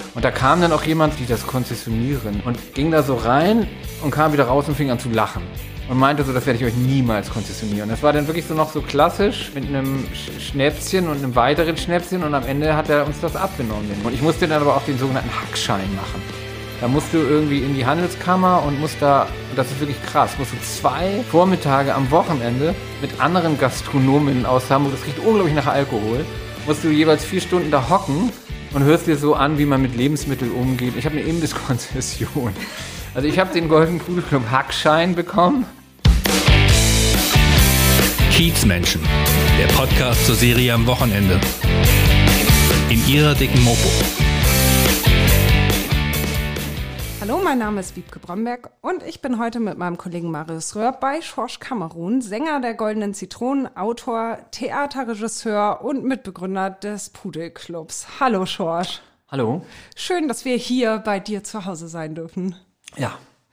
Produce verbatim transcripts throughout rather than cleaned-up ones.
Und da kam dann auch jemand, die das konzessionieren und ging da so rein und kam wieder raus und fing an zu lachen. Und meinte so, das werde ich euch niemals konzessionieren. Das war dann wirklich so noch so klassisch mit einem Schnäpschen und einem weiteren Schnäpschen und am Ende hat er uns das abgenommen. Und ich musste dann aber auch den sogenannten Hackschein machen. Da musst du irgendwie in die Handelskammer und musst da, das ist wirklich krass, musst du zwei Vormittage am Wochenende mit anderen Gastronomen aus Hamburg, das riecht unglaublich nach Alkohol, musst du jeweils vier Stunden da hocken und hörst dir so an, wie man mit Lebensmitteln umgeht. Ich habe eine Imbisskonzession. Also ich habe den Golden Pudel Club Hackschein bekommen. Kiezmenschen, der Podcast zur Serie am Wochenende. In ihrer dicken Mopo. Hallo, mein Name ist Wiebke Bromberg und ich bin heute mit meinem Kollegen Marius Röhr bei Schorsch Kamerun, Sänger der Goldenen Zitronen, Autor, Theaterregisseur und Mitbegründer des Pudelclubs. Hallo Schorsch. Hallo. Schön, dass wir hier bei dir zu Hause sein dürfen. Ja.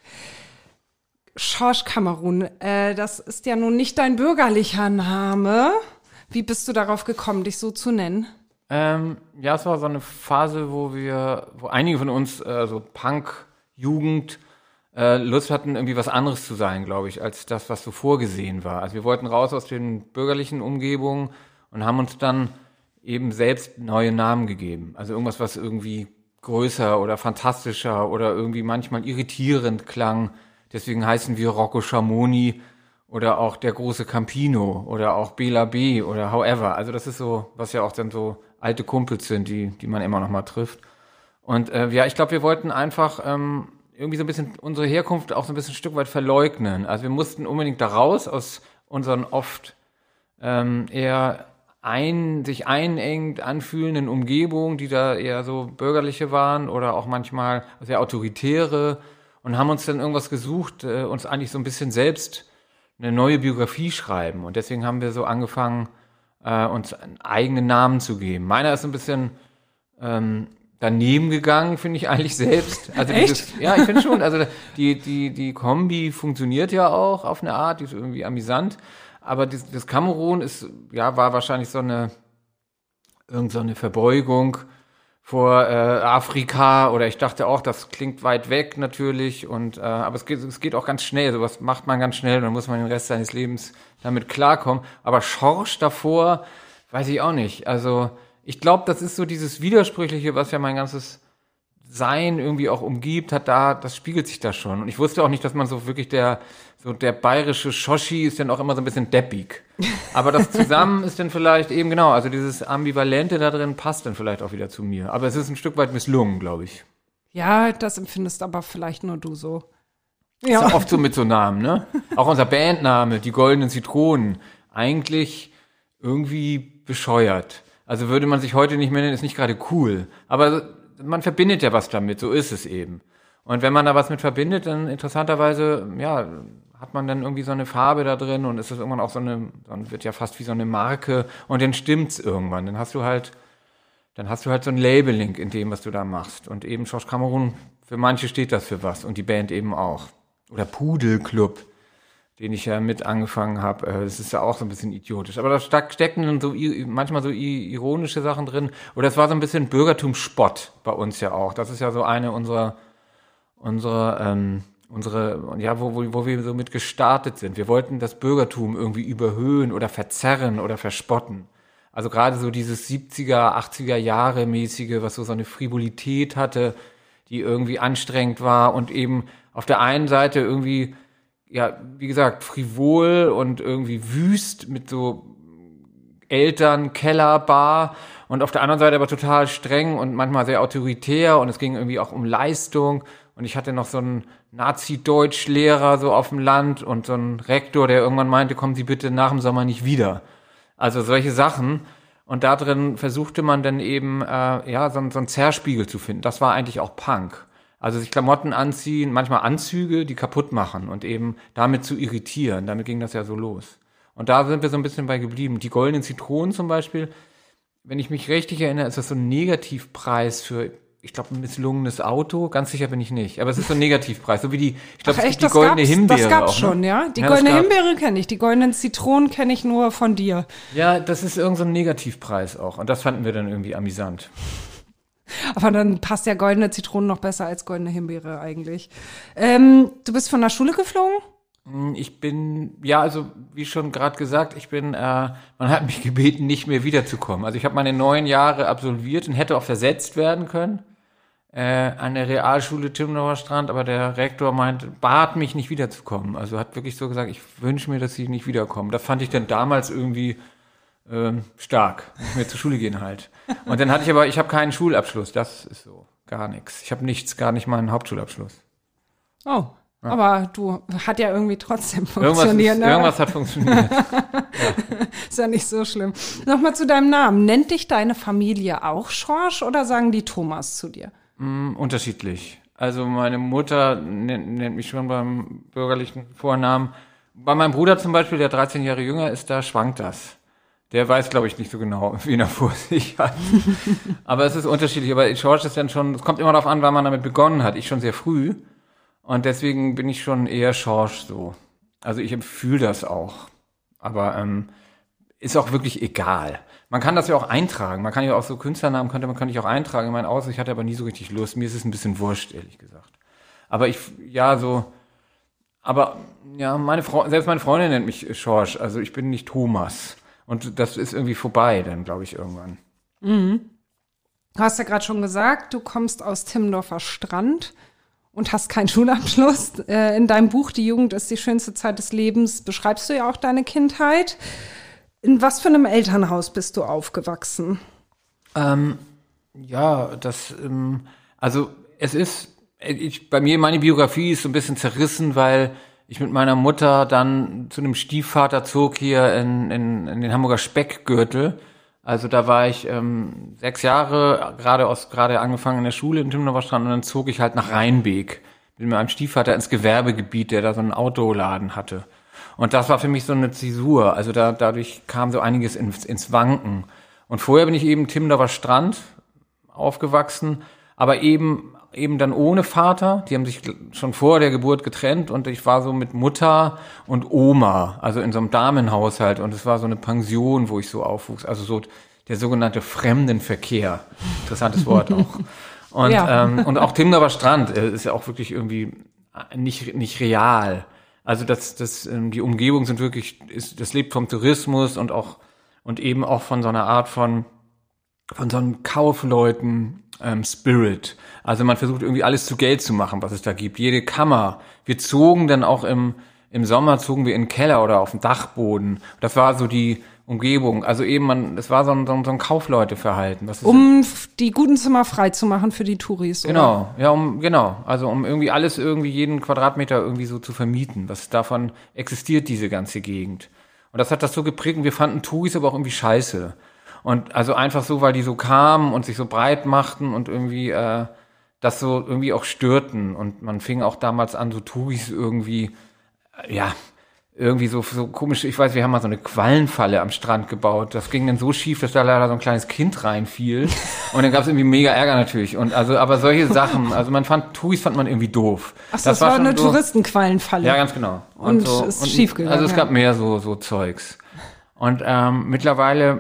Schorsch Kamerun, äh, das ist ja nun nicht dein bürgerlicher Name. Wie bist du darauf gekommen, dich so zu nennen? Ähm, ja, es war so eine Phase, wo wir, wo einige von uns, äh, so Punk-Jugend, äh, Lust hatten, irgendwie was anderes zu sein, glaube ich, als das, was so vorgesehen war. Also wir wollten raus aus den bürgerlichen Umgebungen und haben uns dann eben selbst neue Namen gegeben. Also irgendwas, was irgendwie größer oder fantastischer oder irgendwie manchmal irritierend klang. Deswegen heißen wir Rocco Schamoni oder auch der große Campino oder auch Bela B. oder however. Also das ist so, was ja auch dann so alte Kumpels sind, die die man immer noch mal trifft. Und äh, ja, ich glaube, wir wollten einfach ähm, irgendwie so ein bisschen unsere Herkunft auch so ein bisschen ein Stück weit verleugnen. Also wir mussten unbedingt da raus aus unseren oft ähm, eher ein, sich einengend anfühlenden Umgebungen, die da eher so bürgerliche waren oder auch manchmal sehr autoritäre, und haben uns dann irgendwas gesucht, äh, uns eigentlich so ein bisschen selbst eine neue Biografie schreiben. Und deswegen haben wir so angefangen, äh, uns einen eigenen Namen zu geben. Meiner ist ein bisschen ähm, daneben gegangen, finde ich eigentlich selbst. Also Echt? Dieses, ja, ich finde schon. Also die, die, die Kombi funktioniert ja auch auf eine Art, die ist irgendwie amüsant. Aber das, das Kamerun ist, ja, war wahrscheinlich so eine, irgend so eine Verbeugung vor äh, Afrika, oder ich dachte auch, das klingt weit weg natürlich, und äh, aber es geht, es geht auch ganz schnell, sowas macht man ganz schnell, dann muss man den Rest seines Lebens damit klarkommen. Aber Schorsch davor, weiß ich auch nicht. Also ich glaube, das ist so dieses Widersprüchliche, was ja mein ganzes Sein irgendwie auch umgibt, hat da, das spiegelt sich da schon. Und ich wusste auch nicht, dass man so wirklich der, so der bayerische Schoschi ist dann auch immer so ein bisschen deppig. Aber das zusammen ist dann vielleicht eben genau, also dieses Ambivalente da drin passt dann vielleicht auch wieder zu mir. Aber es ist ein Stück weit misslungen, glaube ich. Ja, das empfindest aber vielleicht nur du so. Ja. Ist ja oft so mit so Namen, ne? Auch unser Bandname, die Goldenen Zitronen, eigentlich irgendwie bescheuert. Also würde man sich heute nicht mehr nennen, ist nicht gerade cool. Aber man verbindet ja was damit, so ist es eben. Und wenn man da was mit verbindet, dann interessanterweise, ja, hat man dann irgendwie so eine Farbe da drin und ist das irgendwann auch so eine, dann wird ja fast wie so eine Marke, und dann stimmt's irgendwann. Dann hast du halt, dann hast du halt so ein Labeling in dem, was du da machst. Und eben Schorsch Kamerun, für manche steht das für was, und die Band eben auch. Oder Pudelclub, den ich ja mit angefangen habe. Das ist ja auch so ein bisschen idiotisch. Aber da stecken dann so manchmal so ironische Sachen drin. Oder es war so ein bisschen Bürgertumsspott bei uns ja auch. Das ist ja so eine unserer, unserer, ähm, unsere, ja, wo, wo, wo wir so mit gestartet sind. Wir wollten das Bürgertum irgendwie überhöhen oder verzerren oder verspotten. Also gerade so dieses siebziger, achtziger Jahre mäßige, was so so eine Frivolität hatte, die irgendwie anstrengend war und eben auf der einen Seite irgendwie, ja, wie gesagt, frivol und irgendwie wüst mit so Eltern, Keller, Bar, und auf der anderen Seite aber total streng und manchmal sehr autoritär, und es ging irgendwie auch um Leistung, und ich hatte noch so einen Nazi-Deutsch-Lehrer so auf dem Land und so einen Rektor, der irgendwann meinte, kommen Sie bitte nach dem Sommer nicht wieder. Also solche Sachen, und da drin versuchte man dann eben, äh, ja, so, so einen Zerspiegel zu finden. Das war eigentlich auch Punk. Also sich Klamotten anziehen, manchmal Anzüge, die kaputt machen und eben damit zu irritieren. Damit ging das ja so los. Und da sind wir so ein bisschen bei geblieben. Die Goldenen Zitronen zum Beispiel, wenn ich mich richtig erinnere, ist das so ein Negativpreis für, ich glaube, ein misslungenes Auto. Ganz sicher bin ich nicht. Aber es ist so ein Negativpreis. So wie die, ich glaube, es gibt die Goldene Himbeere. Das gab's auch, schon, ne? ja. Die ja, Goldene Himbeere kenne ich. Die Goldenen Zitronen kenne ich nur von dir. Ja, das ist irgend so ein Negativpreis auch. Und das fanden wir dann irgendwie amüsant. Aber dann passt ja goldene Zitrone noch besser als goldene Himbeere eigentlich. Ähm, du bist von der Schule geflogen? Ich bin, ja, also wie schon gerade gesagt, ich bin, äh, man hat mich gebeten, nicht mehr wiederzukommen. Also ich habe meine neun Jahre absolviert und hätte auch versetzt werden können äh, an der Realschule Timmendorfer Strand, aber der Rektor meint, bat mich nicht wiederzukommen. Also hat wirklich so gesagt, ich wünsche mir, dass sie nicht wiederkommen. Das fand ich dann damals irgendwie ähm, stark, nicht mehr zur Schule gehen halt. Und dann hatte ich aber, ich habe keinen Schulabschluss, das ist so, gar nichts. Ich habe nichts, gar nicht mal einen Hauptschulabschluss. Oh. Ja. Aber du, hat ja irgendwie trotzdem Irgendwas, funktioniert. ist, ne? irgendwas hat funktioniert. Ja. Ist ja nicht so schlimm. Nochmal zu deinem Namen. Nennt dich deine Familie auch Schorsch oder sagen die Thomas zu dir? Mm, unterschiedlich. Also meine Mutter nennt, nennt mich schon beim bürgerlichen Vornamen. Bei meinem Bruder zum Beispiel, der dreizehn Jahre jünger ist, da schwankt das. Der weiß, glaube ich, nicht so genau, wen er vor sich hat. Aber es ist unterschiedlich. Aber Schorsch ist dann schon, es kommt immer darauf an, wann man damit begonnen hat. Ich schon sehr früh. Und deswegen bin ich schon eher Schorsch so. Also ich fühle das auch. Aber ähm, ist auch wirklich egal. Man kann das ja auch eintragen. Man kann ja auch so Künstlernamen, könnte man kann ich auch eintragen in mein Aus. Ich hatte aber nie so richtig Lust. Mir ist es ein bisschen wurscht, ehrlich gesagt. Aber ich, ja, so, aber ja, meine Frau, selbst meine Freundin nennt mich Schorsch. Also ich bin nicht Thomas. Und das ist irgendwie vorbei dann, glaube ich, irgendwann. Mhm. Du hast ja gerade schon gesagt, du kommst aus Timmendorfer Strand und hast keinen Schulabschluss. Äh, in deinem Buch Die Jugend ist die schönste Zeit des Lebens beschreibst du ja auch deine Kindheit. In was für einem Elternhaus bist du aufgewachsen? Ähm, ja, das, ähm, also es ist, ich, bei mir, meine Biografie ist so ein bisschen zerrissen, weil ich mit meiner Mutter dann zu einem Stiefvater zog hier in, in, in den Hamburger Speckgürtel. Also da war ich ähm, sechs Jahre, gerade aus gerade angefangen in der Schule im Timmendorfer Strand und dann zog ich halt nach Rheinbeek mit meinem Stiefvater ins Gewerbegebiet, der da so einen Autoladen hatte. Und das war für mich so eine Zäsur. Also da dadurch kam so einiges ins, ins Wanken. Und vorher bin ich eben Timmendorfer Strand aufgewachsen, aber eben eben dann ohne Vater. Die haben sich schon vor der Geburt getrennt und ich war so mit Mutter und Oma, also in so einem Damenhaushalt und es war so eine Pension, wo ich so aufwuchs. Also so der sogenannte Fremdenverkehr. Interessantes Wort auch. Und, ja. ähm, und auch Timmendorfer Strand äh, ist ja auch wirklich irgendwie nicht, nicht real. Also das, das, ähm, die Umgebung sind wirklich, ist, das lebt vom Tourismus und auch, und eben auch von so einer Art von, von so einem Kaufleuten, ähm, Spirit. Also man versucht irgendwie alles zu Geld zu machen, was es da gibt. Jede Kammer. Wir zogen dann auch im, im Sommer zogen wir in den Keller oder auf den Dachboden. Das war so die Umgebung. Also eben, man, das war so ein, so ein, so ein Kaufleuteverhalten. Was ist um das? Die guten Zimmer frei zu machen für die Touris, oder? Genau, ja, um, genau. Also um irgendwie alles irgendwie jeden Quadratmeter irgendwie so zu vermieten. Was davon existiert, diese ganze Gegend. Und das hat das so geprägt und wir fanden Touris aber auch irgendwie scheiße. Und also einfach so, weil die so kamen und sich so breit machten und irgendwie äh, das so irgendwie auch störten. Und man fing auch damals an, so Touris irgendwie, äh, ja, irgendwie so, so komisch, ich weiß, wir haben mal so eine Quallenfalle am Strand gebaut. Das ging dann so schief, dass da leider so ein kleines Kind reinfiel. Und dann gab es irgendwie mega Ärger natürlich. Und also, aber solche Sachen, also man fand, Touris fand man irgendwie doof. Ach so, das, das war, war eine so, Touristenquallenfalle. Ja, ganz genau. Und, und so, ist und, schief gegangen. Also es ja. gab mehr so, so Zeugs. Und ähm, mittlerweile,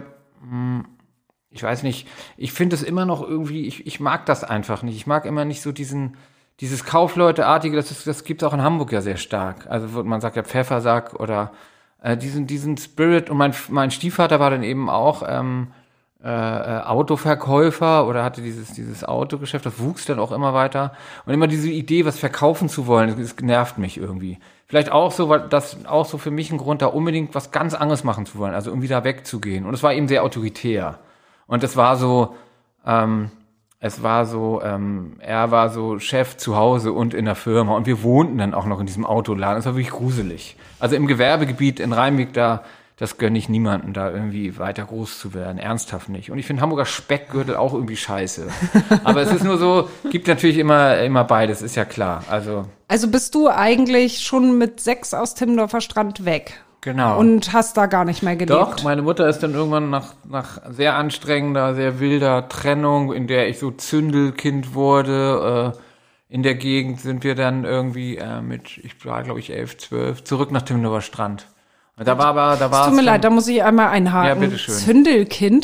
ich weiß nicht, ich finde es immer noch irgendwie, ich, ich mag das einfach nicht. Ich mag immer nicht so diesen, dieses Kaufleuteartige, das, ist, das gibt es auch in Hamburg ja sehr stark. Also man sagt ja Pfeffersack oder äh, diesen, diesen Spirit. Und mein, mein Stiefvater war dann eben auch ähm, äh, Autoverkäufer oder hatte dieses, dieses Autogeschäft, das wuchs dann auch immer weiter. Und immer diese Idee, was verkaufen zu wollen, das, das nervt mich irgendwie. Vielleicht auch so, weil das auch so für mich ein Grund, da unbedingt was ganz anderes machen zu wollen, also irgendwie da wegzugehen. Und es war eben sehr autoritär. Und es war so, ähm, es war so, ähm, er war so Chef zu Hause und in der Firma. Und wir wohnten dann auch noch in diesem Autoladen. Es war wirklich gruselig. Also im Gewerbegebiet in Rheinbeek, da, das gönne ich niemanden, da irgendwie weiter groß zu werden. Ernsthaft nicht. Und ich finde Hamburger Speckgürtel auch irgendwie scheiße. Aber es ist nur so, gibt natürlich immer, immer beides, ist ja klar. Also. Also bist du eigentlich schon mit sechs aus Timmendorfer Strand weg? Genau. Und hast da gar nicht mehr gelebt? Doch, meine Mutter ist dann irgendwann nach, nach sehr anstrengender, sehr wilder Trennung, in der ich so Zündelkind wurde, äh, in der Gegend sind wir dann irgendwie äh, mit, ich war glaube ich elf, zwölf, zurück nach Timmendorfer Strand. Da war aber, da war es tut mir leid, da muss ich einmal einhaken. Ja, bitteschön. Zündelkind?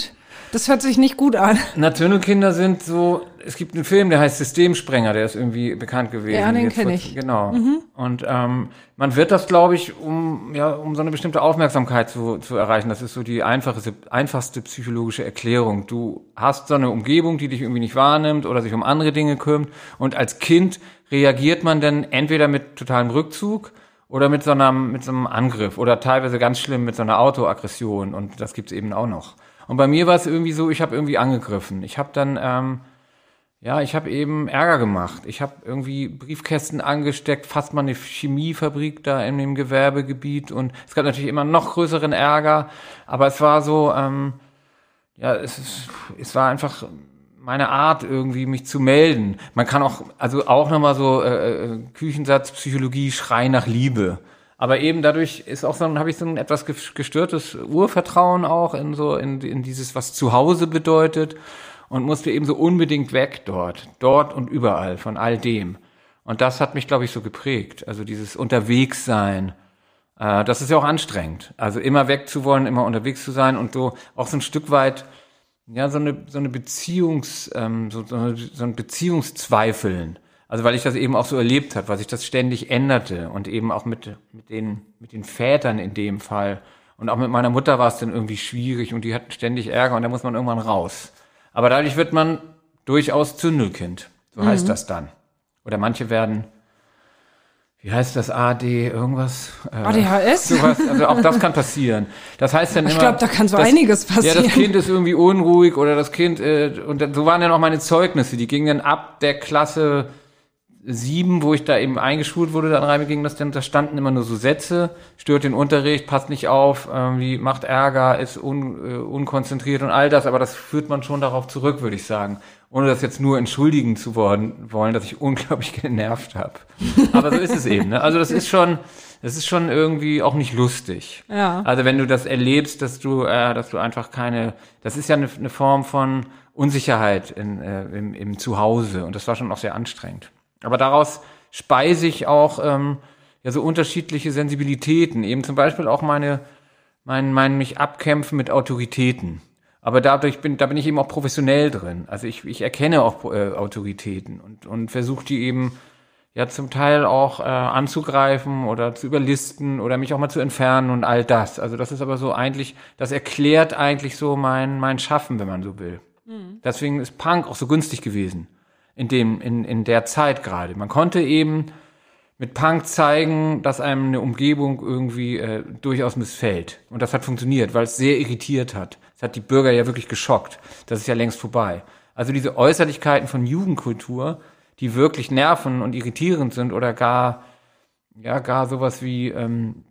Das hört sich nicht gut an. Na, Tunnelkinder sind so, es gibt einen Film, der heißt Systemsprenger, der ist irgendwie bekannt gewesen. Ja, den Jetzt kenne vor- ich. Genau. Mhm. Und ähm, man wird das, glaube ich, um ja um so eine bestimmte Aufmerksamkeit zu, zu erreichen. Das ist so die einfachste, einfachste psychologische Erklärung. Du hast so eine Umgebung, die dich irgendwie nicht wahrnimmt oder sich um andere Dinge kümmert. Und als Kind reagiert man dann entweder mit totalem Rückzug oder mit so einem, mit so einem Angriff oder teilweise ganz schlimm mit so einer Autoaggression. Und das gibt's eben auch noch. Und bei mir war es irgendwie so, ich habe irgendwie angegriffen. Ich habe dann, ähm, ja, ich habe eben Ärger gemacht. Ich habe irgendwie Briefkästen angesteckt, fast mal eine Chemiefabrik da in dem Gewerbegebiet. Und es gab natürlich immer noch größeren Ärger. Aber es war so, ähm, ja, es, ist, es war einfach meine Art irgendwie, mich zu melden. Man kann auch, also auch nochmal so äh, Küchensatz, Psychologie, Schrei nach Liebe. Aber eben dadurch ist auch so, habe ich so ein etwas gestörtes Urvertrauen auch in so in, in dieses, was Zuhause bedeutet und musste eben so unbedingt weg dort, dort und überall von all dem. Und das hat mich, glaube ich, so geprägt. Also dieses Unterwegssein, äh, das ist ja auch anstrengend. Also immer weg zu wollen, immer unterwegs zu sein und so auch so ein Stück weit, ja, so eine so eine Beziehungs, ähm, so, so, so ein Beziehungszweifeln. Also weil ich das eben auch so erlebt habe, weil sich das ständig änderte und eben auch mit mit den mit den Vätern in dem Fall und auch mit meiner Mutter war es dann irgendwie schwierig und die hatten ständig Ärger und da muss man irgendwann raus. Aber dadurch wird man durchaus Zündelkind, so mhm. heißt das dann. Oder manche werden, wie heißt das, A D irgendwas? Äh, A D H S? Sowas, also auch das kann passieren. Das heißt dann ich immer. Ich glaube, da kann so das, einiges passieren. Ja, das Kind ist irgendwie unruhig oder das Kind äh, und dann, so waren dann auch meine Zeugnisse. Die gingen dann ab der Klasse sieben, wo ich da eben eingeschult wurde, dann rein ging das denn, da standen immer nur so Sätze, stört den Unterricht, passt nicht auf, irgendwie macht Ärger, ist un, äh, unkonzentriert und all das, aber das führt man schon darauf zurück, würde ich sagen. Ohne das jetzt nur entschuldigen zu wollen, wollen, dass ich unglaublich genervt habe. Aber so ist es eben, ne? Also das ist schon, das ist schon irgendwie auch nicht lustig. Ja. Also wenn du das erlebst, dass du, äh, dass du einfach keine, das ist ja eine, eine Form von Unsicherheit in, äh, im, im Zuhause und das war schon auch sehr anstrengend. Aber daraus speise ich auch ähm, ja so unterschiedliche Sensibilitäten, eben zum Beispiel auch meine, mein, mein mich abkämpfen mit Autoritäten. Aber dadurch bin, da bin ich eben auch professionell drin. Also ich, ich erkenne auch äh, Autoritäten und und versuche die eben ja zum Teil auch äh, anzugreifen oder zu überlisten oder mich auch mal zu entfernen und all das. Also das ist aber so eigentlich, das erklärt eigentlich so mein mein Schaffen, wenn man so will. Mhm. Deswegen ist Punk auch so günstig gewesen. In dem, in, in der Zeit gerade. Man konnte eben mit Punk zeigen, dass einem eine Umgebung irgendwie äh, durchaus missfällt. Und das hat funktioniert, weil es sehr irritiert hat. Es hat die Bürger ja wirklich geschockt. Das ist ja längst vorbei. Also diese Äußerlichkeiten von Jugendkultur, die wirklich nerven und irritierend sind oder gar, ja, gar sowas wie, ähm,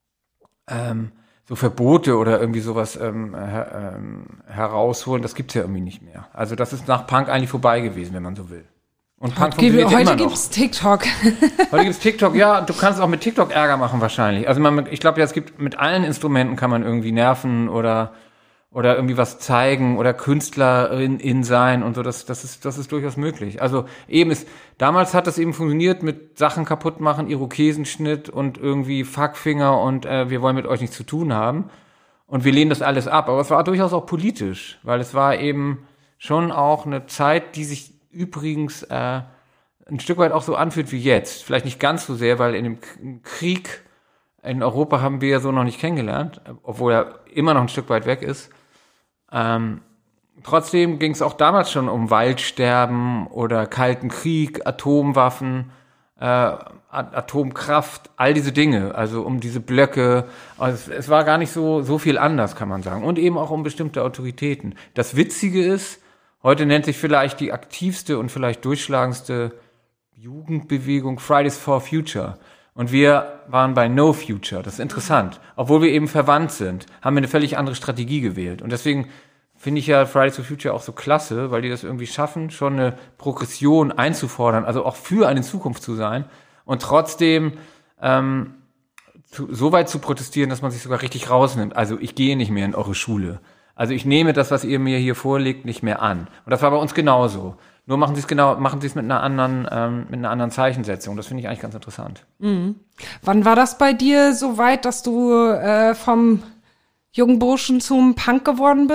ähm, so Verbote oder irgendwie sowas ähm, her, ähm, herausholen, das gibt's ja irgendwie nicht mehr. Also das ist nach Punk eigentlich vorbei gewesen, wenn man so will. Und Punk funktioniert ja immer noch. Heute gibt's TikTok. Heute gibt's TikTok, ja, du kannst auch mit TikTok Ärger machen wahrscheinlich. Also man, ich glaube ja, es gibt mit allen Instrumenten kann man irgendwie nerven oder oder irgendwie was zeigen oder Künstlerin in sein und so, das das ist das ist durchaus möglich. Also eben ist damals hat das eben funktioniert mit Sachen kaputt machen, Irokesenschnitt und irgendwie Fuckfinger und äh, wir wollen mit euch nichts zu tun haben und wir lehnen das alles ab, aber es war durchaus auch politisch, weil es war eben schon auch eine Zeit, die sich übrigens äh, ein Stück weit auch so anfühlt wie jetzt. Vielleicht nicht ganz so sehr, weil in dem Krieg in Europa haben wir ja so noch nicht kennengelernt, obwohl er immer noch ein Stück weit weg ist. Ähm, trotzdem ging es auch damals schon um Waldsterben oder Kalten Krieg, Atomwaffen, äh, Atomkraft, all diese Dinge, also um diese Blöcke. Also es, es war gar nicht so so viel anders, kann man sagen. Und eben auch um bestimmte Autoritäten. Das Witzige ist, heute nennt sich vielleicht die aktivste und vielleicht durchschlagendste Jugendbewegung Fridays for Future. Und wir waren bei No Future. Das ist interessant. Obwohl wir eben verwandt sind, haben wir eine völlig andere Strategie gewählt. Und deswegen finde ich ja Fridays for Future auch so klasse, weil die das irgendwie schaffen, schon eine Progression einzufordern, also auch für eine Zukunft zu sein und trotzdem ähm, zu, so weit zu protestieren, dass man sich sogar richtig rausnimmt. Also ich gehe nicht mehr in eure Schule. Also ich nehme das, was ihr mir hier vorlegt, nicht mehr an. Und das war bei uns genauso. Nur machen sie es genau, machen sie es mit einer anderen, ähm, mit einer anderen Zeichensetzung. Das finde ich eigentlich ganz interessant. Mhm. Wann war das bei dir so weit, dass du äh, vom jungen Burschen zum Punk geworden bist?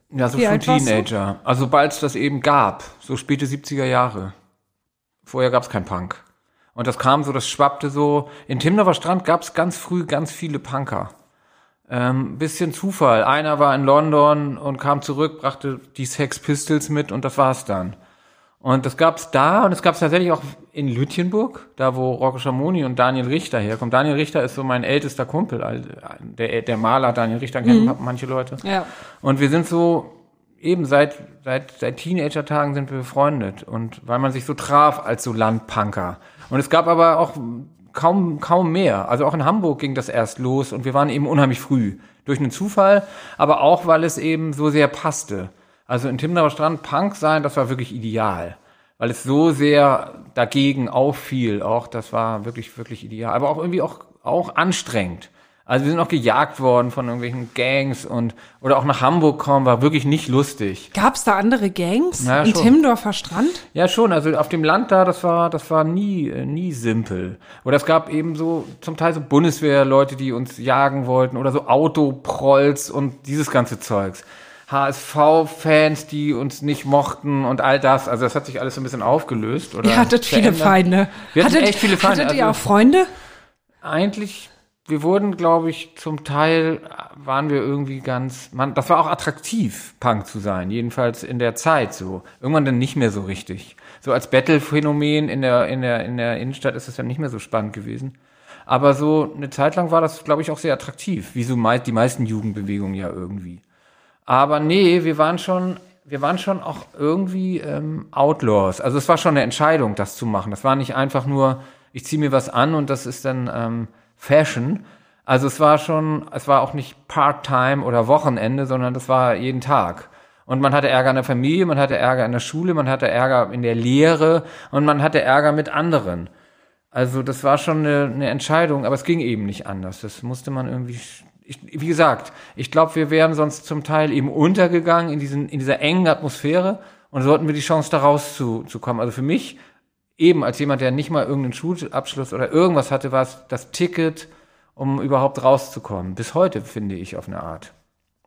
Ja, so Wie schon alt warst du? Teenager. Also sobald es das eben gab, so späte siebziger Jahre. Vorher gab es kein Punk. Und das kam so, das schwappte so. In Timdorfer Strand gab es ganz früh ganz viele Punker. Ähm, bisschen Zufall. Einer war in London und kam zurück, brachte die Sex Pistols mit und das war's dann. Und das gab's da und es gab's tatsächlich auch in Lütjenburg, da wo Rocco Schamoni und Daniel Richter herkommen. Daniel Richter ist so mein ältester Kumpel, also der, der Maler Daniel Richter kennen mhm. manche Leute. Ja. Und wir sind so eben seit seit seit Teenager-Tagen sind wir befreundet und weil man sich so traf als so Landpunker. Und es gab aber auch kaum kaum mehr. Also auch in Hamburg ging das erst los und wir waren eben unheimlich früh durch einen Zufall, aber auch weil es eben so sehr passte. Also in Timdorfer Strand Punk sein, das war wirklich ideal, weil es so sehr dagegen auffiel. Auch das war wirklich wirklich ideal, aber auch irgendwie auch auch anstrengend. Also wir sind auch gejagt worden von irgendwelchen Gangs und oder auch nach Hamburg kommen war wirklich nicht lustig. Gab's da andere Gangs Ja, in schon. Timdorfer Strand? Ja, schon. Also auf dem Land da, das war, das war nie, äh, nie simpel. Oder es gab eben so, zum Teil so Bundeswehrleute, die uns jagen wollten oder so Autoprolls und dieses ganze Zeugs. H S V-Fans, die uns nicht mochten und all das. Also das hat sich alles so ein bisschen aufgelöst. Oder Ihr hattet viele verändert. Feinde. Wir hatten hattet, echt viele Feinde. Hattet ihr Also auch Freunde? eigentlich, wir wurden, glaube ich, zum Teil waren wir irgendwie ganz, man, das war auch attraktiv, Punk zu sein, jedenfalls in der Zeit so. Irgendwann dann nicht mehr so richtig. So als Battle-Phänomen in der, in der, in der Innenstadt ist es ja nicht mehr so spannend gewesen. Aber so eine Zeit lang war das, glaube ich, auch sehr attraktiv, wie so mei- die meisten Jugendbewegungen ja irgendwie. Aber nee, wir waren schon, wir waren schon auch irgendwie ähm, Outlaws. Also es war schon eine Entscheidung, das zu machen. Das war nicht einfach nur, ich ziehe mir was an und das ist dann ähm, Fashion. Also es war schon, es war auch nicht Part-Time oder Wochenende, sondern das war jeden Tag. Und man hatte Ärger in der Familie, man hatte Ärger in der Schule, man hatte Ärger in der Lehre und man hatte Ärger mit anderen. Also das war schon eine, eine Entscheidung, aber es ging eben nicht anders. Das musste man irgendwie... Ich, wie gesagt, ich glaube, wir wären sonst zum Teil eben untergegangen in diesen in dieser engen Atmosphäre und so hatten wir die Chance, da rauszukommen. Also für mich, eben als jemand, der nicht mal irgendeinen Schulabschluss oder irgendwas hatte, war es das Ticket, um überhaupt rauszukommen. Bis heute, finde ich, auf eine Art.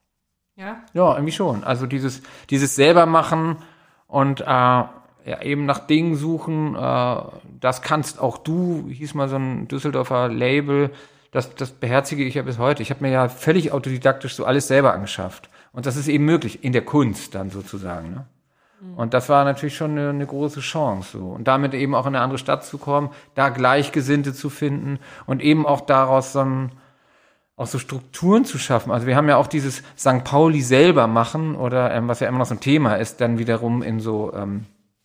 Ja. Ja, irgendwie schon. Also dieses dieses selber machen und äh, ja, eben nach Dingen suchen, äh, das kannst auch du, hieß mal so ein Düsseldorfer Label. Das, das beherzige ich ja bis heute. Ich habe mir ja völlig autodidaktisch so alles selber angeschafft. Und das ist eben möglich, in der Kunst dann sozusagen. Ne? Mhm. Und das war natürlich schon eine, eine große Chance. So. Und damit eben auch in eine andere Stadt zu kommen, da Gleichgesinnte zu finden und eben auch daraus so ein, auch so Strukturen zu schaffen. Also wir haben ja auch dieses Sankt Pauli selber machen oder ähm, was ja immer noch so ein Thema ist, dann wiederum in so... Ähm,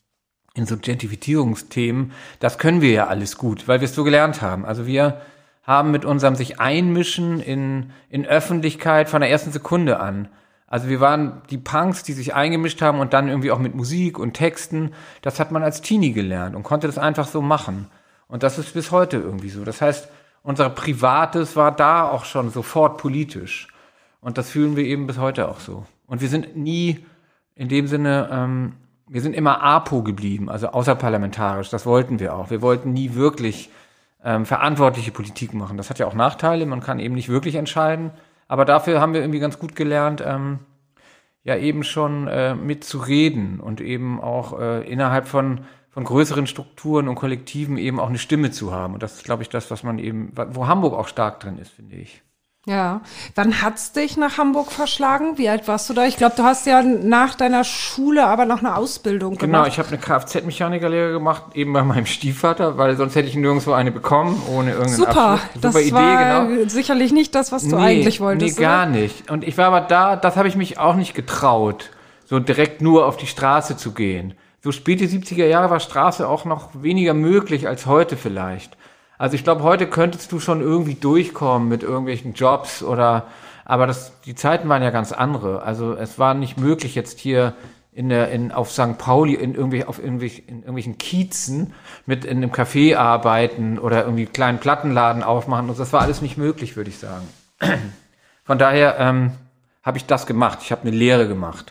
in so Gentrifizierungsthemen. Das können wir ja alles gut, weil wir es so gelernt haben. Also wir... haben mit unserem sich einmischen in, in Öffentlichkeit von der ersten Sekunde an. Also wir waren die Punks, die sich eingemischt haben und dann irgendwie auch mit Musik und Texten. Das hat man als Teenie gelernt und konnte das einfach so machen. Und das ist bis heute irgendwie so. Das heißt, unser Privates war da auch schon sofort politisch. Und das fühlen wir eben bis heute auch so. Und wir sind nie in dem Sinne, ähm, wir sind immer A P O geblieben, also außerparlamentarisch. Das wollten wir auch. Wir wollten nie wirklich Ähm, verantwortliche Politik machen. Das hat ja auch Nachteile, man kann eben nicht wirklich entscheiden, aber dafür haben wir irgendwie ganz gut gelernt, ähm, ja eben schon äh, mitzureden und eben auch äh, innerhalb von von größeren Strukturen und Kollektiven eben auch eine Stimme zu haben. Und das ist, glaube ich, das, was man eben, wo Hamburg auch stark drin ist, finde ich. Ja. Wann hat's dich nach Hamburg verschlagen? Wie alt warst du da? Ich glaube, du hast ja nach deiner Schule aber noch eine Ausbildung gemacht. Genau, ich habe eine Kfz-Mechanikerlehre gemacht, eben bei meinem Stiefvater, weil sonst hätte ich nirgendwo eine bekommen, ohne irgendeinen Super, Abschluss. Super das Idee, war genau. sicherlich nicht das, was du nee, eigentlich wolltest. Nee, gar nicht. Und ich war aber da, das habe ich mich auch nicht getraut, so direkt nur auf die Straße zu gehen. So späte siebziger Jahre war Straße auch noch weniger möglich als heute vielleicht. Also ich glaube, heute könntest du schon irgendwie durchkommen mit irgendwelchen Jobs oder, aber das, die Zeiten waren ja ganz andere. Also es war nicht möglich jetzt hier in der, in, auf Sankt Pauli in irgendwie, auf irgendwelchen, in irgendwelchen Kiezen mit in einem Café arbeiten oder irgendwie einen kleinen Plattenladen aufmachen. Und das war alles nicht möglich, würde ich sagen. Von daher ähm, habe ich das gemacht. Ich habe eine Lehre gemacht.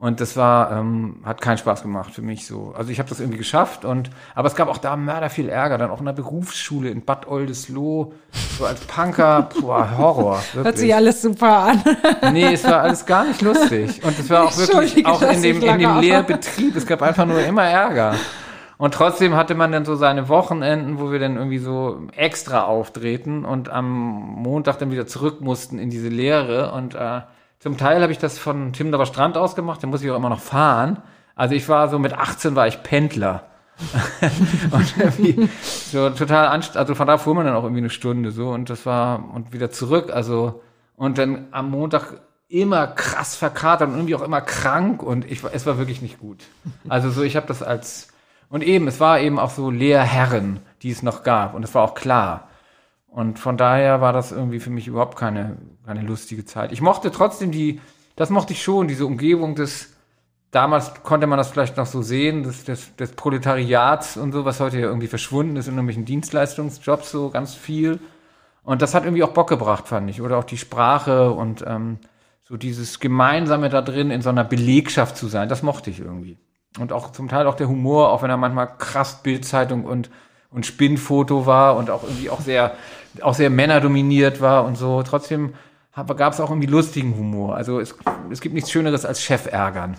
Und das war, ähm, hat keinen Spaß gemacht für mich so. Also ich habe das irgendwie geschafft und, aber es gab auch da mörder viel Ärger, dann auch in der Berufsschule in Bad Oldesloe, so als Punker, boah, Horror. Wirklich. Hört sich alles super an. Nee, es war alles gar nicht lustig. Und es war auch wirklich, auch in dem, in dem Lehrbetrieb, es gab einfach nur immer Ärger. Und trotzdem hatte man dann so seine Wochenenden, wo wir dann irgendwie so extra auftreten und am Montag dann wieder zurück mussten in diese Lehre und, äh, zum Teil habe ich das von Timderer Strand aus gemacht, da muss ich auch immer noch fahren. Also ich war so mit achtzehn war ich Pendler. Und irgendwie so total anstrengend, also von da fuhr man dann auch irgendwie eine Stunde so und das war, und wieder zurück, also, und dann am Montag immer krass verkatert und irgendwie auch immer krank und ich, es war wirklich nicht gut. Also so, ich habe das als, und eben, es war eben auch so Lehrherren, die es noch gab und es war auch klar. Und von daher war das irgendwie für mich überhaupt keine, keine lustige Zeit. Ich mochte trotzdem die, das mochte ich schon, diese Umgebung des, damals konnte man das vielleicht noch so sehen, des, des, des Proletariats und so, was heute ja irgendwie verschwunden ist in irgendwelchen Dienstleistungsjobs so ganz viel. Und das hat irgendwie auch Bock gebracht, fand ich. Oder auch die Sprache und ähm, so dieses Gemeinsame da drin, in so einer Belegschaft zu sein, das mochte ich irgendwie. Und auch zum Teil auch der Humor, auch wenn er manchmal krass Bildzeitung und und Spinnfoto war und auch irgendwie auch sehr, auch sehr männerdominiert war und so. Trotzdem gab es auch irgendwie lustigen Humor. Also es, es gibt nichts Schöneres als Chef ärgern.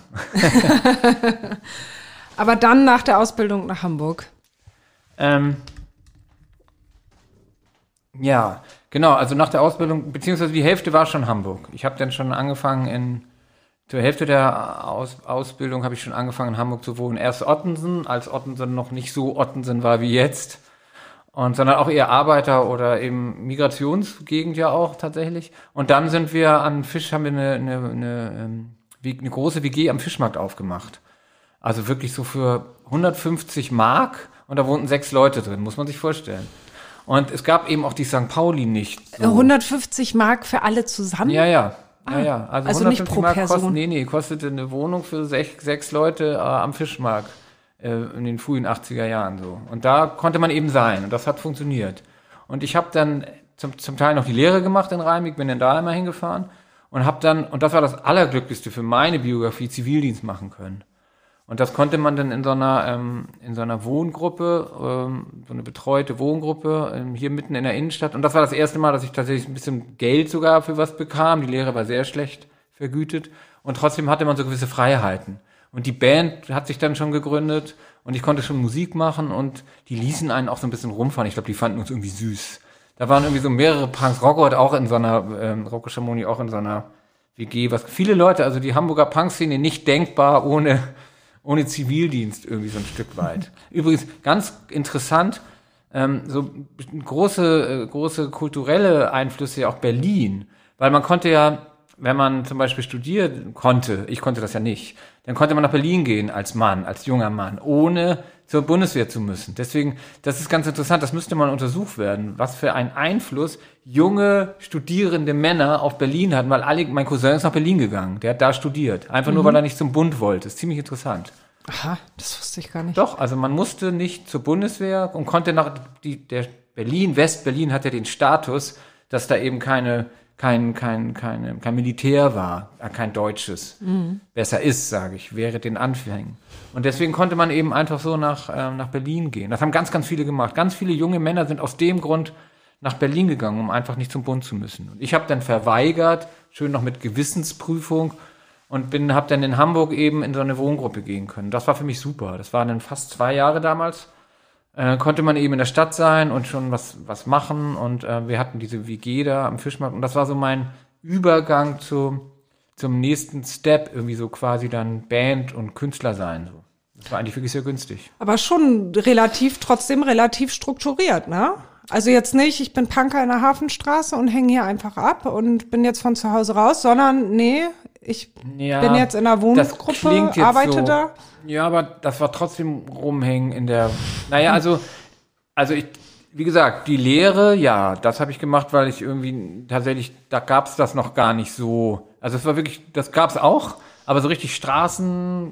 Aber dann nach der Ausbildung nach Hamburg? Ähm, ja, genau. Also nach der Ausbildung, beziehungsweise die Hälfte war schon Hamburg. Ich habe dann schon angefangen in, zur Hälfte der Aus, Ausbildung habe ich schon angefangen in Hamburg zu wohnen. Erst Ottensen, als Ottensen noch nicht so Ottensen war wie jetzt. Und sondern auch eher Arbeiter- oder eben Migrationsgegend ja auch tatsächlich. Und dann sind wir an Fisch, haben wir eine, eine, eine, eine große W G am Fischmarkt aufgemacht. Also wirklich so für hundertfünfzig Mark und da wohnten sechs Leute drin, muss man sich vorstellen. Und es gab eben auch die Sankt Pauli nicht. So. hundertfünfzig Mark für alle zusammen? Ja, ja. Ah, ja, ja. Also, also nicht pro Mark Person? Kostet, nee, nee, kostete eine Wohnung für sech, sechs Leute äh, am Fischmarkt äh, in den frühen achtziger Jahren so. Und da konnte man eben sein und das hat funktioniert. Und ich habe dann zum, zum Teil noch die Lehre gemacht in Reimig, bin dann da immer hingefahren und habe dann, und das war das Allerglücklichste für meine Biografie, Zivildienst machen können. Und das konnte man dann in so einer ähm, in so einer Wohngruppe, ähm, so eine betreute Wohngruppe ähm, hier mitten in der Innenstadt. Und das war das erste Mal, dass ich tatsächlich ein bisschen Geld sogar für was bekam. Die Lehre war sehr schlecht vergütet. Und trotzdem hatte man so gewisse Freiheiten. Und die Band hat sich dann schon gegründet und ich konnte schon Musik machen und die ließen einen auch so ein bisschen rumfahren. Ich glaube, die fanden uns irgendwie süß. Da waren irgendwie so mehrere Punks. Rocco hat auch in so einer, ähm, Rocco Schamoni auch in so einer W G, was viele Leute, also die Hamburger Punk-Szene nicht denkbar ohne ohne Zivildienst irgendwie so ein Stück weit. Übrigens, ganz interessant, ähm, so große, äh, große kulturelle Einflüsse ja auch Berlin. Weil man konnte ja, wenn man zum Beispiel studieren konnte, ich konnte das ja nicht, dann konnte man nach Berlin gehen als Mann, als junger Mann, ohne zur Bundeswehr zu müssen. Deswegen, das ist ganz interessant, das müsste mal untersucht werden, was für einen Einfluss junge, studierende Männer auf Berlin hatten, weil alle, mein Cousin ist nach Berlin gegangen, der hat da studiert. Einfach mhm. nur, weil er nicht zum Bund wollte. Das ist ziemlich interessant. Aha, das wusste ich gar nicht. Doch, also man musste nicht zur Bundeswehr und konnte nach, die, der Berlin, West-Berlin hat ja den Status, dass da eben keine, kein, kein, keine, kein Militär war, kein deutsches. Mhm. Besser ist, sage ich, wäre den Anfängen. Und deswegen konnte man eben einfach so nach, äh, nach Berlin gehen. Das haben ganz, ganz viele gemacht. Ganz viele junge Männer sind aus dem Grund nach Berlin gegangen, um einfach nicht zum Bund zu müssen. Und ich habe dann verweigert, schön noch mit Gewissensprüfung, und bin, habe dann in Hamburg eben in so eine Wohngruppe gehen können. Das war für mich super. Das waren dann fast zwei Jahre damals. Äh, konnte man eben in der Stadt sein und schon was was machen. Und äh, wir hatten diese W G da am Fischmarkt. Und das war so mein Übergang zu, zum nächsten Step. Irgendwie so quasi dann Band und Künstler sein. So. Das war eigentlich wirklich sehr günstig. Aber schon relativ, trotzdem relativ strukturiert, ne? Also jetzt nicht, ich bin Punker in der Hafenstraße und hänge hier einfach ab und bin jetzt von zu Hause raus, sondern nee, ich ja, bin jetzt in einer Wohngruppe, arbeite so, da. Ja, aber das war trotzdem rumhängen in der, naja, also, also ich, wie gesagt, die Lehre, ja, das habe ich gemacht, weil ich irgendwie tatsächlich, da gab's das noch gar nicht so, also es war wirklich, das gab's auch, aber so richtig Straßen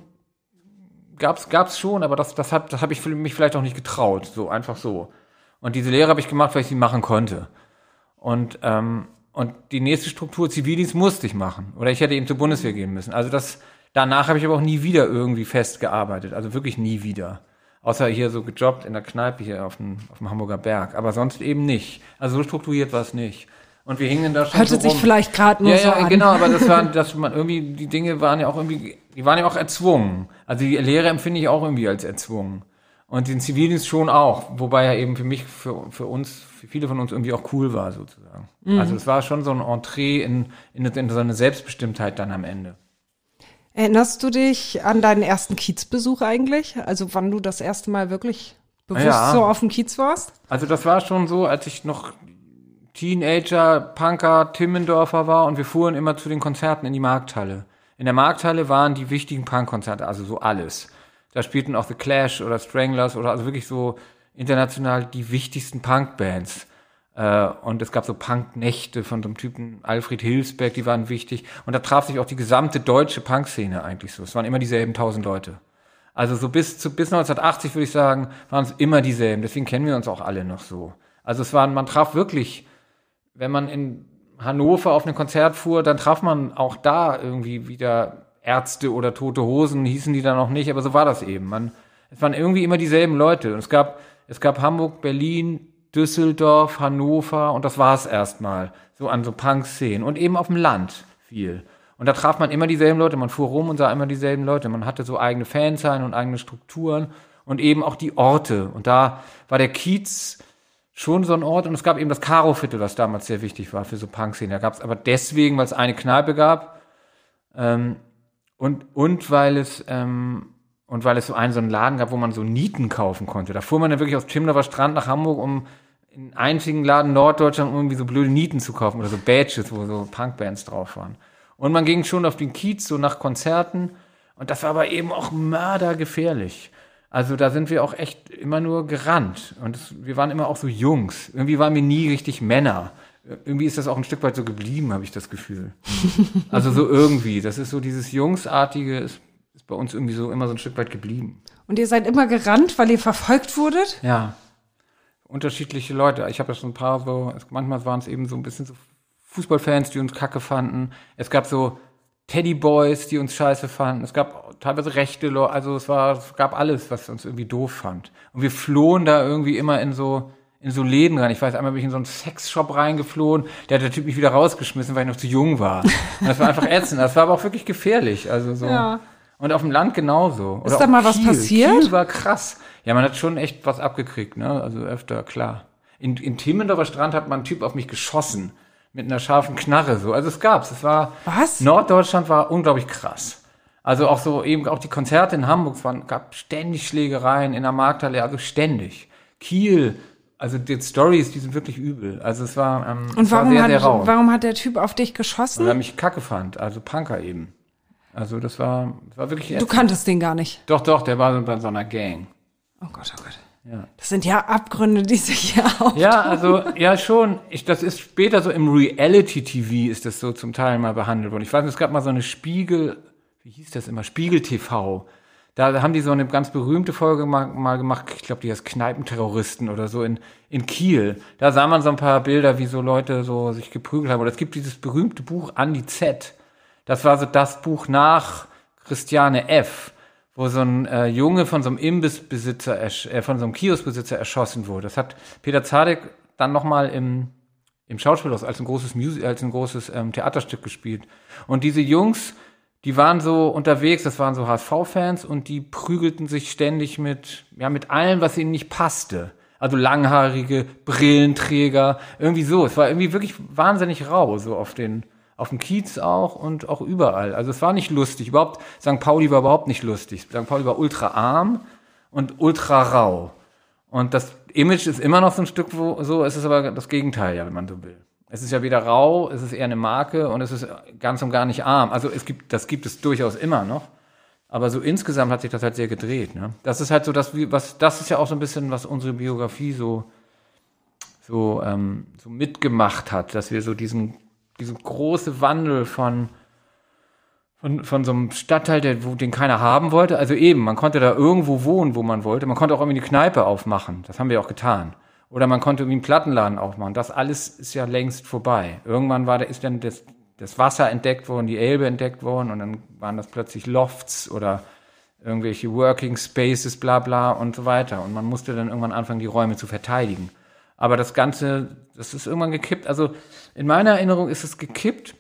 gab's gab's schon, aber das das hat das habe ich für mich vielleicht auch nicht getraut, so einfach so. Und diese Lehre habe ich gemacht, weil ich sie machen konnte. Und ähm, und die nächste Struktur Zivildienst musste ich machen, oder ich hätte eben zur Bundeswehr gehen müssen. Also das Danach habe ich aber auch nie wieder irgendwie fest gearbeitet, also wirklich nie wieder. Außer hier so gejobbt in der Kneipe hier auf dem, auf dem Hamburger Berg, aber sonst eben nicht. Also so strukturiert war es nicht. Und wir hingen da schon Hörte so sich rum. vielleicht gerade nur ja, so ja, an. genau, aber das waren, dass man irgendwie, die Dinge waren ja auch irgendwie, die waren ja auch erzwungen. Also die Lehre empfinde ich auch irgendwie als erzwungen. Und den Zivildienst schon auch, wobei er eben für mich, für, für uns, für viele von uns irgendwie auch cool war, sozusagen. Mhm. Also es war schon so ein Entree in, in, in so eine Selbstbestimmtheit dann am Ende. Erinnerst du dich an deinen ersten Kiezbesuch eigentlich? Also wann du das erste Mal wirklich bewusst ja. so auf dem Kiez warst? Also das war schon so, als ich noch Teenager, Punker, Timmendorfer war und wir fuhren immer zu den Konzerten in die Markthalle. In der Markthalle waren die wichtigen Punkkonzerte, also so alles. Da spielten auch The Clash oder Stranglers oder also wirklich so international die wichtigsten Punkbands. Äh, und es gab so Punknächte von so einem Typen Alfred Hilsberg, die waren wichtig. Und da traf sich auch die gesamte deutsche Punkszene eigentlich so. Es waren immer dieselben tausend Leute. Also so bis zu bis neunzehnhundertachtzig würde ich sagen, waren es immer dieselben. Deswegen kennen wir uns auch alle noch so. Also es waren, man traf wirklich, wenn man in Hannover auf ein Konzert fuhr, dann traf man auch da irgendwie wieder Ärzte oder Tote Hosen, hießen die dann noch nicht, aber so war das eben. Man, es waren irgendwie immer dieselben Leute. Und es gab, es gab Hamburg, Berlin, Düsseldorf, Hannover und das war's erstmal. So an so Punk-Szenen und eben auf dem Land viel. Und da traf man immer dieselben Leute. Man fuhr rum und sah immer dieselben Leute. Man hatte so eigene Fanzeilen und eigene Strukturen und eben auch die Orte. Und da war der Kiez schon so ein Ort und es gab eben das Karo-Viertel, was damals sehr wichtig war für so Punk-Szenen. Da gab es aber deswegen, weil es eine Kneipe gab, ähm, und und weil es ähm, und weil es so einen so einen Laden gab, wo man so Nieten kaufen konnte. Da fuhr man dann wirklich aus Timmendorfer Strand nach Hamburg, um in einen einzigen Laden Norddeutschland um irgendwie so blöde Nieten zu kaufen oder so Badges, wo so Punkbands drauf waren. Und man ging schon auf den Kiez so nach Konzerten und das war aber eben auch mördergefährlich. Also da sind wir auch echt immer nur gerannt und das, wir waren immer auch so Jungs. Irgendwie waren wir nie richtig Männer. Irgendwie ist das auch ein Stück weit so geblieben, habe ich das Gefühl. Also so irgendwie. Das ist so dieses Jungsartige, ist, ist bei uns irgendwie so immer so ein Stück weit geblieben. Und ihr seid immer gerannt, weil ihr verfolgt wurdet? Ja. Unterschiedliche Leute. Ich habe ja schon ein paar so, manchmal waren es eben so ein bisschen so Fußballfans, die uns kacke fanden. Es gab so Teddyboys, die uns scheiße fanden. Es gab teilweise rechte Leute, also es war, es gab alles, was uns irgendwie doof fand. Und wir flohen da irgendwie immer in so in so Läden rein. Ich weiß, einmal bin ich in so einen Sexshop reingeflohen, der hat der Typ mich wieder rausgeschmissen, weil ich noch zu jung war. Und das war einfach ätzend. Das war aber auch wirklich gefährlich. Also so. Ja. Und auf dem Land genauso. Ist da mal was passiert? Kiel war krass. Ja, man hat schon echt was abgekriegt, ne? Also öfter, klar. In, in Timmendorfer Strand hat man einen Typ auf mich geschossen. Mit einer scharfen Knarre, so. Also es gab's. Es war. Was? Norddeutschland war unglaublich krass. Also auch so, eben auch die Konzerte in Hamburg, es waren, gab ständig Schlägereien in der Markthalle, also ständig. Kiel, also die Storys, die sind wirklich übel. Also es war, ähm, Und es war warum, sehr, hat, sehr rau. warum hat der Typ auf dich geschossen? Weil er mich kacke fand, also Punker eben. Also das war, das war wirklich Du ätzend. kanntest den gar nicht. Doch, doch, der war so bei so einer Gang. Oh Gott, oh Gott. Ja. Das sind ja Abgründe, die sich hier auftun. Ja, also, ja schon. Ich, das ist später so im Reality-T V ist das so zum Teil mal behandelt worden. Ich weiß nicht, es gab mal so eine Spiegel, wie hieß das immer? Spiegel-T V. Da haben die so eine ganz berühmte Folge mal, mal gemacht, ich glaube, die heißt Kneipenterroristen oder so in, in Kiel. Da sah man so ein paar Bilder, wie so Leute so sich geprügelt haben. Oder es gibt dieses berühmte Buch Andi Z. Das war so das Buch nach Christiane F., wo so ein äh, Junge von so einem Imbissbesitzer, äh, von so einem Kioskbesitzer erschossen wurde. Das hat Peter Zadek dann nochmal im, im Schauspielhaus als ein großes Musical, als ein großes ähm, Theaterstück gespielt. Und diese Jungs, die waren so unterwegs, das waren so H S V-Fans und die prügelten sich ständig mit, ja, mit allem, was ihnen nicht passte. Also langhaarige, Brillenträger, irgendwie so. Es war irgendwie wirklich wahnsinnig rau, so auf den, auf dem Kiez auch und auch überall. Also es war nicht lustig. Überhaupt, Sankt Pauli war überhaupt nicht lustig. Sankt Pauli war ultra arm und ultra rau. Und das Image ist immer noch so ein Stück wo, so, es ist aber das Gegenteil, ja, wenn man so will. Es ist ja weder rau, es ist eher eine Marke und es ist ganz und gar nicht arm. Also es gibt, das gibt es durchaus immer noch. Aber so insgesamt hat sich das halt sehr gedreht, ne? Das ist halt so, das, was, das ist ja auch so ein bisschen, was unsere Biografie so, so, ähm, so mitgemacht hat, dass wir so diesen, diesen große Wandel von, von, von so einem Stadtteil, der, wo, den keiner haben wollte. Also eben, man konnte da irgendwo wohnen, wo man wollte. Man konnte auch irgendwie eine Kneipe aufmachen. Das haben wir auch getan. Oder man konnte irgendwie einen Plattenladen aufmachen. Das alles ist ja längst vorbei. Irgendwann war, da ist dann das, das Wasser entdeckt worden, die Elbe entdeckt worden und dann waren das plötzlich Lofts oder irgendwelche Working Spaces, bla bla und so weiter. Und man musste dann irgendwann anfangen, die Räume zu verteidigen. Aber das Ganze, das ist irgendwann gekippt. Also in meiner Erinnerung ist es gekippt,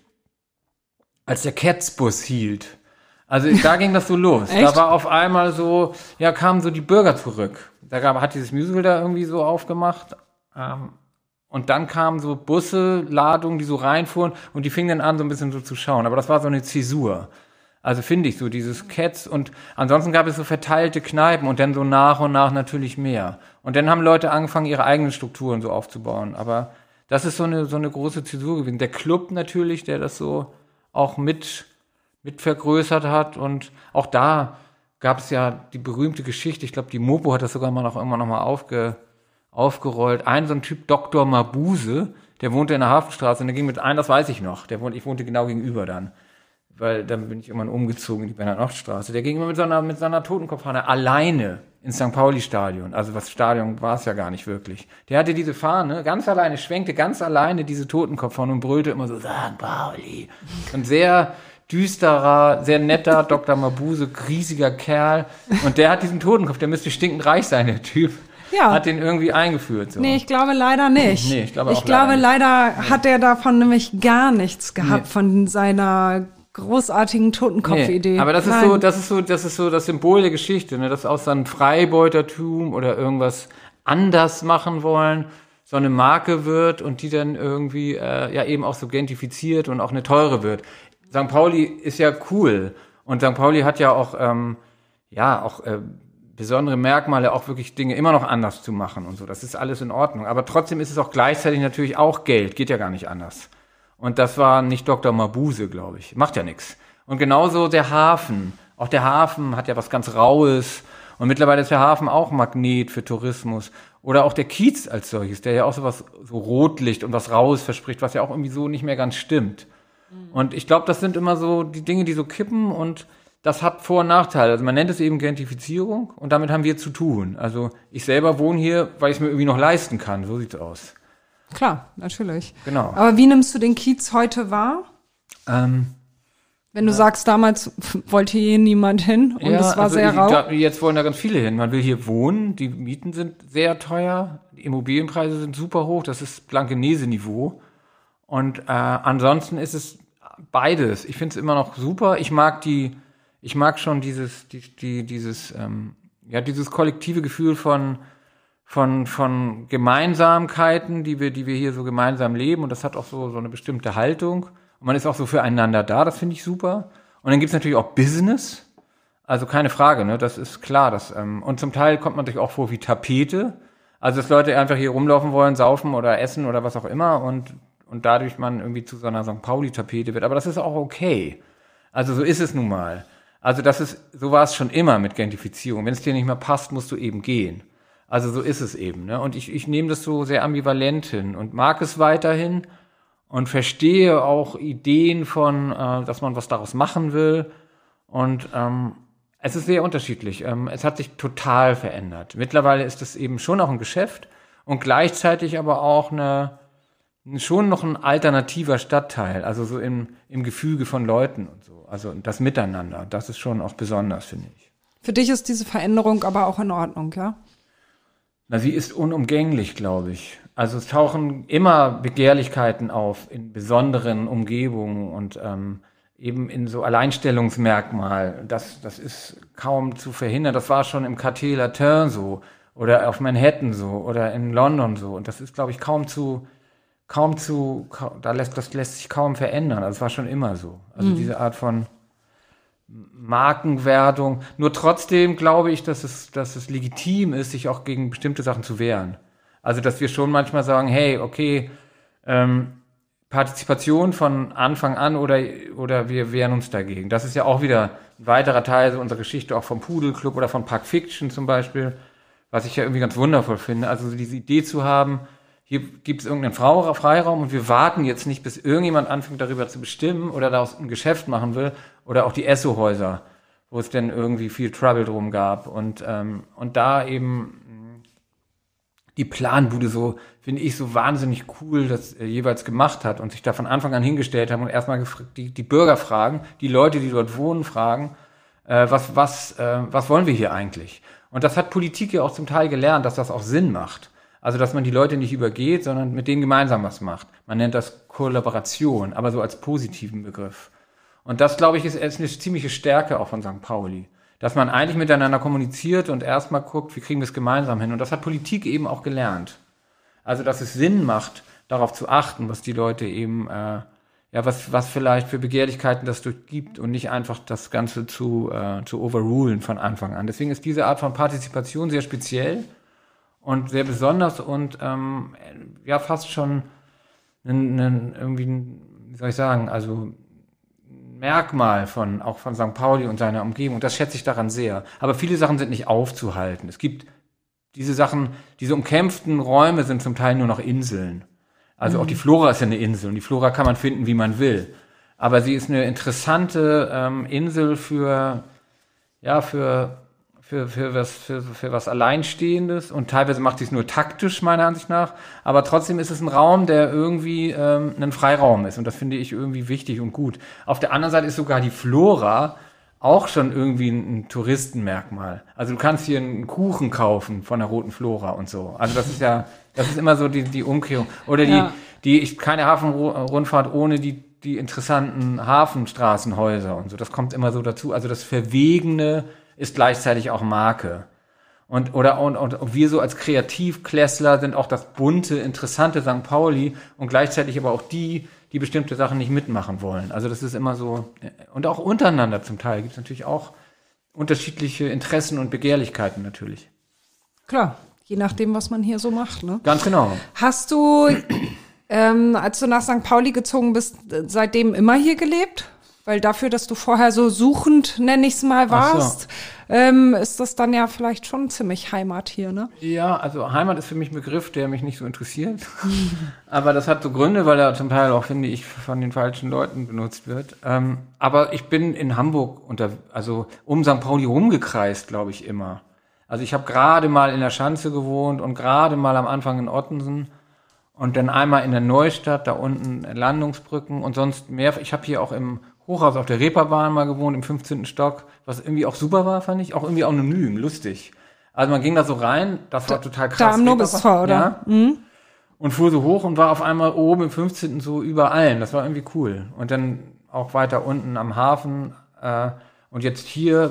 als der Ketzbus hielt. Also da ging das so los. Echt? Da war auf einmal so, ja, kamen so die Bürger zurück. Da gab, hat dieses Musical da irgendwie so aufgemacht. Ähm, und dann kamen so Busse, Ladungen, die so reinfuhren und die fingen dann an, so ein bisschen so zu schauen. Aber das war so eine Zäsur. Also finde ich so, dieses Ketz. Und ansonsten gab es so verteilte Kneipen und dann so nach und nach natürlich mehr. Und dann haben Leute angefangen, ihre eigenen Strukturen so aufzubauen. Aber das ist so eine, so eine große Zäsur gewesen. Der Club natürlich, der das so auch mit, mit vergrößert hat. Und auch da gab es ja die berühmte Geschichte. Ich glaube, die Mopo hat das sogar mal noch irgendwann noch mal aufge, aufgerollt. Ein so ein Typ, Doktor Mabuse, der wohnte in der Hafenstraße und der ging mit ein, das weiß ich noch. Der wohnte, ich wohnte genau gegenüber dann. Weil dann bin ich irgendwann umgezogen in die Berner Nordstraße. Der ging immer mit seiner, mit seiner Totenkopffahne alleine ins Sankt Pauli-Stadion. Also was Stadion war es ja gar nicht wirklich. Der hatte diese Fahne ganz alleine, schwenkte ganz alleine diese Totenkopffahne und brüllte immer so, Sankt Pauli. Ein sehr düsterer, sehr netter Doktor Mabuse, riesiger Kerl. Und der hat diesen Totenkopf, der müsste stinkend reich sein, der Typ. Ja. Hat den irgendwie eingeführt. So. Nee, ich glaube leider nicht. Nee, ich glaube ich auch glaube, leider, leider nee. hat er davon nämlich gar nichts gehabt, Nee. von seiner großartigen Totenkopf-Idee. Nee, aber das ist Nein. so, das ist so, das ist so das Symbol der Geschichte, ne? Das aus seinem Freibeutertum oder irgendwas anders machen wollen, so eine Marke wird und die dann irgendwie äh, ja eben auch so gentrifiziert und auch eine teure wird. Sankt Pauli ist ja cool und Sankt Pauli hat ja auch ähm, ja auch äh, besondere Merkmale, auch wirklich Dinge immer noch anders zu machen und so. Das ist alles in Ordnung. Aber trotzdem ist es auch gleichzeitig natürlich auch Geld. Geht ja gar nicht anders. Und das war nicht Doktor Mabuse, glaube ich. Macht ja nichts. Und genauso der Hafen. Auch der Hafen hat ja was ganz Raues. Und mittlerweile ist der Hafen auch Magnet für Tourismus. Oder auch der Kiez als solches, der ja auch so was, so Rotlicht und was Raues verspricht, was ja auch irgendwie so nicht mehr ganz stimmt. Mhm. Und ich glaube, das sind immer so die Dinge, die so kippen und das hat Vor- und Nachteile. Also man nennt es eben Gentrifizierung und damit haben wir zu tun. Also ich selber wohne hier, weil ich es mir irgendwie noch leisten kann. So sieht's aus. Klar, natürlich. Genau. Aber wie nimmst du den Kiez heute wahr? Ähm, Wenn du ja. sagst, damals wollte hier niemand hin und ja, es war also sehr ich, rau. Da, jetzt wollen da ganz viele hin. Man will hier wohnen, die Mieten sind sehr teuer, die Immobilienpreise sind super hoch, das ist Blankenese-Niveau. Und äh, ansonsten ist es beides. Ich finde es immer noch super. Ich mag die, ich mag schon dieses, die, die, dieses, ähm, ja, dieses kollektive Gefühl von von von Gemeinsamkeiten, die wir die wir hier so gemeinsam leben und das hat auch so so eine bestimmte Haltung und man ist auch so füreinander da, das finde ich super. Und dann gibt's natürlich auch Business, also keine Frage, ne, das ist klar, das ähm, und zum Teil kommt man sich auch vor wie Tapete, also dass Leute einfach hier rumlaufen wollen, saufen oder essen oder was auch immer und und dadurch man irgendwie zu so einer Sankt Pauli-Tapete wird, aber das ist auch okay. Also so ist es nun mal. Also das ist, so war es schon immer mit Gentrifizierung. Wenn es dir nicht mehr passt, musst du eben gehen. Also so ist es eben, ne? Und ich, ich nehme das so sehr ambivalent hin und mag es weiterhin und verstehe auch Ideen von, äh, dass man was daraus machen will. Und ähm, es ist sehr unterschiedlich. Ähm, es hat sich total verändert. Mittlerweile ist es eben schon auch ein Geschäft und gleichzeitig aber auch eine schon noch ein alternativer Stadtteil, also so im, im Gefüge von Leuten und so. Also das Miteinander, das ist schon auch besonders, finde ich. Für dich ist diese Veränderung aber auch in Ordnung, ja? Na, sie ist unumgänglich, glaube ich. Also es tauchen immer Begehrlichkeiten auf in besonderen Umgebungen und ähm, eben in so Alleinstellungsmerkmal. Das, das ist kaum zu verhindern. Das war schon im Quartier Latin so oder auf Manhattan so oder in London so. Und das ist, glaube ich, kaum zu, kaum zu, kaum, da lässt, das lässt sich kaum verändern. Also es war schon immer so. Also mhm. diese Art von Markenwertung. Nur trotzdem glaube ich, dass es, dass es legitim ist, sich auch gegen bestimmte Sachen zu wehren. Also, dass wir schon manchmal sagen, hey, okay, ähm, Partizipation von Anfang an oder, oder wir wehren uns dagegen. Das ist ja auch wieder ein weiterer Teil unserer Geschichte, auch vom Pudelclub oder von Pulp Fiction zum Beispiel, was ich ja irgendwie ganz wundervoll finde. Also diese Idee zu haben, hier gibt es irgendeinen Freiraum und wir warten jetzt nicht, bis irgendjemand anfängt, darüber zu bestimmen oder daraus ein Geschäft machen will. Oder auch die Esso-Häuser, wo es dann irgendwie viel Trouble drum gab. Und, ähm, und da eben die Planbude so, finde ich, so wahnsinnig cool, das äh, jeweils gemacht hat und sich da von Anfang an hingestellt haben und erstmal gefr- die, die Bürger fragen, die Leute, die dort wohnen, fragen, äh, was, was, äh, was wollen wir hier eigentlich? Und das hat Politik ja auch zum Teil gelernt, dass das auch Sinn macht. Also, dass man die Leute nicht übergeht, sondern mit denen gemeinsam was macht. Man nennt das Kollaboration, aber so als positiven Begriff. Und das, glaube ich, ist, ist eine ziemliche Stärke auch von Sankt Pauli. Dass man eigentlich miteinander kommuniziert und erstmal guckt, wie kriegen wir es gemeinsam hin. Und das hat Politik eben auch gelernt. Also, dass es Sinn macht, darauf zu achten, was die Leute eben, äh, ja, was, was vielleicht für Begehrlichkeiten das gibt und nicht einfach das Ganze zu, äh, zu overrulen von Anfang an. Deswegen ist diese Art von Partizipation sehr speziell und sehr besonders und, ähm, ja, fast schon ein, ein, irgendwie, ein, wie soll ich sagen, also, Merkmal von, auch von Sankt Pauli und seiner Umgebung. Das schätze ich daran sehr. Aber viele Sachen sind nicht aufzuhalten. Es gibt diese Sachen, diese umkämpften Räume sind zum Teil nur noch Inseln. Also mhm. auch die Flora ist ja eine Insel und die Flora kann man finden, wie man will. Aber sie ist eine interessante ähm, Insel für, ja, für, für, für was, für, für was Alleinstehendes und teilweise macht sie es nur taktisch, meiner Ansicht nach. Aber trotzdem ist es ein Raum, der irgendwie ähm, ein Freiraum ist und das finde ich irgendwie wichtig und gut. Auf der anderen Seite ist sogar die Flora auch schon irgendwie ein, ein Touristenmerkmal. Also du kannst hier einen Kuchen kaufen von der Roten Flora und so. Also das ist ja, das ist immer so die, die Umkehrung. Oder die, ja. die, ich, keine Hafenrundfahrt ohne die, die interessanten Hafenstraßenhäuser und so. Das kommt immer so dazu. Also das Verwegene ist gleichzeitig auch Marke. Und, oder, und, und wir so als Kreativklässler sind auch das bunte, interessante Sankt Pauli und gleichzeitig aber auch die, die bestimmte Sachen nicht mitmachen wollen. Also das ist immer so, und auch untereinander zum Teil gibt es natürlich auch unterschiedliche Interessen und Begehrlichkeiten natürlich. Klar, je nachdem, was man hier so macht, ne? Ganz genau. Hast du, ähm, als du nach Sankt Pauli gezogen bist, seitdem immer hier gelebt? Weil dafür, dass du vorher so suchend, nenne ich es mal, warst, so. ähm, ist das dann ja vielleicht schon ziemlich Heimat hier, ne? Ja, also Heimat ist für mich ein Begriff, der mich nicht so interessiert. Aber das hat so Gründe, weil er zum Teil auch, finde ich, von den falschen Leuten benutzt wird. Ähm, aber ich bin in Hamburg unter, also um Sankt Pauli rumgekreist, glaube ich, immer. Also ich habe gerade mal in der Schanze gewohnt und gerade mal am Anfang in Ottensen. Und dann einmal in der Neustadt, da unten Landungsbrücken und sonst mehr. Ich habe hier auch im Hochhaus auf der Reeperbahn mal gewohnt, im fünfzehnten Stock, was irgendwie auch super war, fand ich. Auch irgendwie anonym, lustig. Also man ging da so rein, das war da, total krass. Da am Nobistor, oder? Ja. Mhm. Und fuhr so hoch und war auf einmal oben im fünfzehnten so über allen. Das war irgendwie cool. Und dann auch weiter unten am Hafen. Äh, und jetzt hier,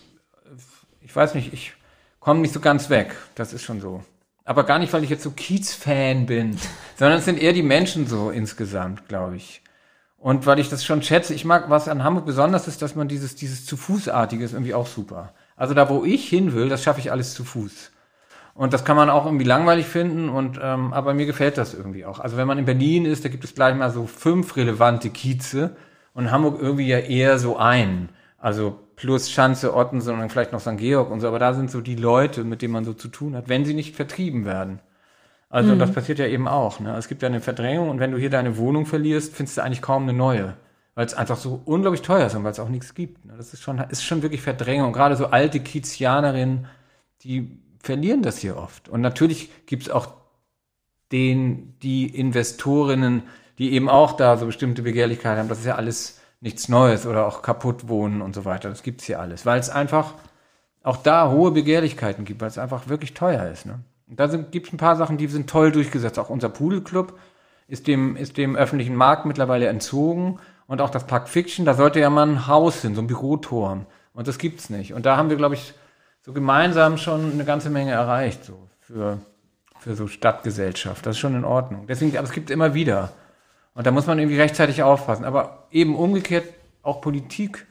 ich weiß nicht, ich komme nicht so ganz weg. Das ist schon so. Aber gar nicht, weil ich jetzt so Kiez-Fan bin, sondern es sind eher die Menschen so insgesamt, glaube ich. Und weil ich das schon schätze, ich mag, was an Hamburg besonders ist, dass man dieses, dieses zu Fußartige ist irgendwie auch super. Also da, wo ich hin will, das schaffe ich alles zu Fuß. Und das kann man auch irgendwie langweilig finden, und ähm, aber mir gefällt das irgendwie auch. Also wenn man in Berlin ist, da gibt es gleich mal so fünf relevante Kieze und in Hamburg irgendwie ja eher so einen. Also plus Schanze, Ottensen und dann vielleicht noch Sankt Georg und so. Aber da sind so die Leute, mit denen man so zu tun hat, wenn sie nicht vertrieben werden. Also mhm. das passiert ja eben auch. Ne? Es gibt ja eine Verdrängung, und wenn du hier deine Wohnung verlierst, findest du eigentlich kaum eine neue. Weil es einfach so unglaublich teuer ist und weil es auch nichts gibt. Ne? Das ist schon, ist schon wirklich Verdrängung. Und gerade so alte Kiezianerinnen, die verlieren das hier oft. Und natürlich gibt es auch den, die Investorinnen, die eben auch da so bestimmte Begehrlichkeiten haben. Das ist ja alles nichts Neues, oder auch kaputt wohnen und so weiter. Das gibt's hier alles. Weil es einfach auch da hohe Begehrlichkeiten gibt, weil es einfach wirklich teuer ist. Ne? Und da gibt es ein paar Sachen, die sind toll durchgesetzt. Auch unser Pudelclub ist dem, ist dem öffentlichen Markt mittlerweile entzogen. Und auch das Park Fiction, da sollte ja mal ein Haus hin, so ein Büroturm. Und das gibt's nicht. Und da haben wir, glaube ich, so gemeinsam schon eine ganze Menge erreicht, so für, für so Stadtgesellschaft. Das ist schon in Ordnung. Deswegen, aber es gibt immer wieder. Und da muss man irgendwie rechtzeitig aufpassen. Aber eben umgekehrt, auch Politik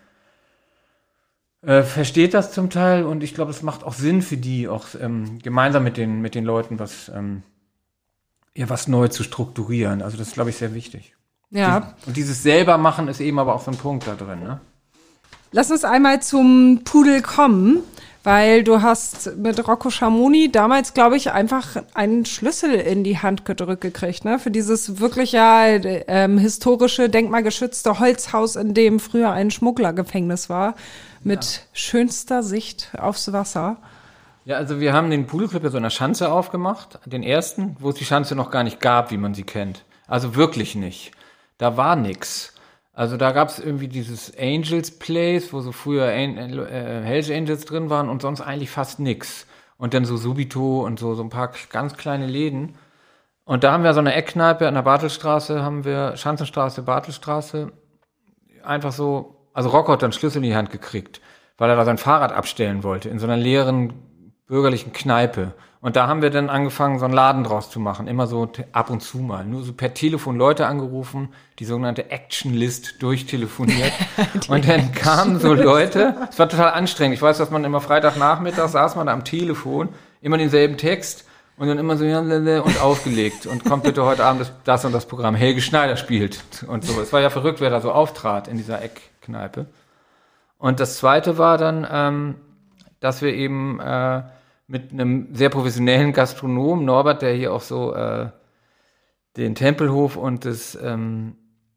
äh, versteht das zum Teil. Und ich glaube, es macht auch Sinn für die, auch ähm, gemeinsam mit den, mit den Leuten was, ähm, ja, was neu zu strukturieren. Also das ist, glaube ich, sehr wichtig. Ja. Und dieses selber machen ist eben aber auch so ein Punkt da drin, ne? Lass uns einmal zum Pudel kommen, weil du hast mit Rocco Schamoni damals, glaube ich, einfach einen Schlüssel in die Hand gedrückt gekriegt, ne? Für dieses wirklich ja ähm, historische, denkmalgeschützte Holzhaus, in dem früher ein Schmugglergefängnis war, mit ja. schönster Sicht aufs Wasser. Ja, also wir haben den Pudelclub ja so in der Schanze aufgemacht, den ersten, wo es die Schanze noch gar nicht gab, wie man sie kennt. Also wirklich nicht. Da war nix. Also da gab es irgendwie dieses Angels Place, wo so früher An- äh, Hells Angels drin waren und sonst eigentlich fast nix. Und dann so Subito und so, so ein paar ganz kleine Läden. Und da haben wir so eine Eckkneipe an der Bartelstraße, haben wir Schanzenstraße, Bartelstraße, einfach so, also Rocco hat dann Schlüssel in die Hand gekriegt, weil er da sein Fahrrad abstellen wollte, in so einer leeren bürgerlichen Kneipe. Und da haben wir dann angefangen, so einen Laden draus zu machen, immer so te- ab und zu mal. Nur so per Telefon Leute angerufen, die sogenannte Action-List durchtelefoniert. Und dann kamen so Leute, es war total anstrengend. Ich weiß, dass man immer Freitagnachmittag saß man da am Telefon, immer denselben Text und dann immer so ja, und aufgelegt. Und kommt bitte heute Abend das, das und das Programm. Helge Schneider spielt und so. Es war ja verrückt, wer da so auftrat in dieser Eckkneipe. Und das Zweite war dann, ähm, dass wir eben äh, mit einem sehr professionellen Gastronom, Norbert, der hier auch so äh, den Tempelhof und das ähm,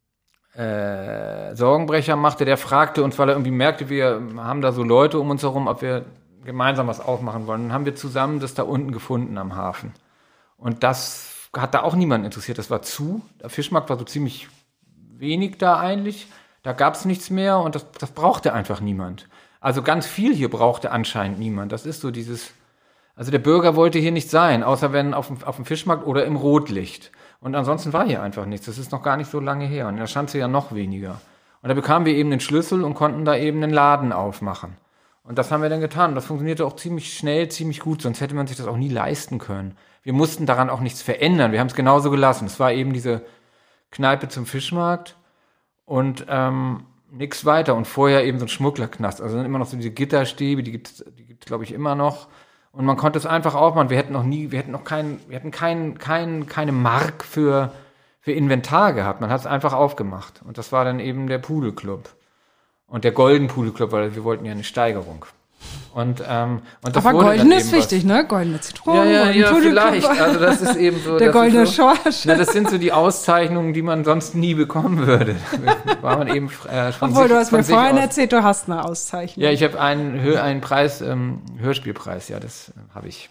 äh, Sorgenbrecher machte, der fragte uns, weil er irgendwie merkte, wir haben da so Leute um uns herum, ob wir gemeinsam was aufmachen wollen. Dann haben wir zusammen das da unten gefunden am Hafen. Und das hat da auch niemanden interessiert. Das war zu. Der Fischmarkt war so ziemlich wenig da eigentlich. Da gab es nichts mehr und das, das brauchte einfach niemand. Also ganz viel hier brauchte anscheinend niemand. Das ist so dieses, also der Bürger wollte hier nicht sein, außer wenn auf dem, auf dem Fischmarkt oder im Rotlicht. Und ansonsten war hier einfach nichts. Das ist noch gar nicht so lange her. Und in der Schanze ja noch weniger. Und da bekamen wir eben den Schlüssel und konnten da eben einen Laden aufmachen. Und das haben wir dann getan. Und das funktionierte auch ziemlich schnell, ziemlich gut. Sonst hätte man sich das auch nie leisten können. Wir mussten daran auch nichts verändern. Wir haben es genauso gelassen. Es war eben diese Kneipe zum Fischmarkt und ähm, nichts weiter. Und vorher eben so ein Schmugglerknast. Also dann immer noch so diese Gitterstäbe, die gibt's, die gibt's, glaube ich, immer noch. Und man konnte es einfach aufmachen. Wir hätten noch nie, wir hätten noch keinen, wir hätten keinen, keinen, keine Mark für, für Inventar gehabt. Man hat es einfach aufgemacht. Und das war dann eben der Pudelclub. Und der Golden Pudelclub, weil wir wollten ja eine Steigerung. Und, ähm, und das Aber wurde golden dann ist eben wichtig, was. ne? Goldene Zitrone, Ja, ja, golden ja, Pudelclub. vielleicht. Also das ist eben so. Der das goldene ist so, Schorsch. na, das sind so die Auszeichnungen, die man sonst nie bekommen würde. War man eben äh, von Obwohl, sich, du hast von mir sich vorhin aus. erzählt, du hast eine Auszeichnung. Ja, ich habe einen, Hör- einen Preis, ähm, Hörspielpreis, ja, das äh, habe ich.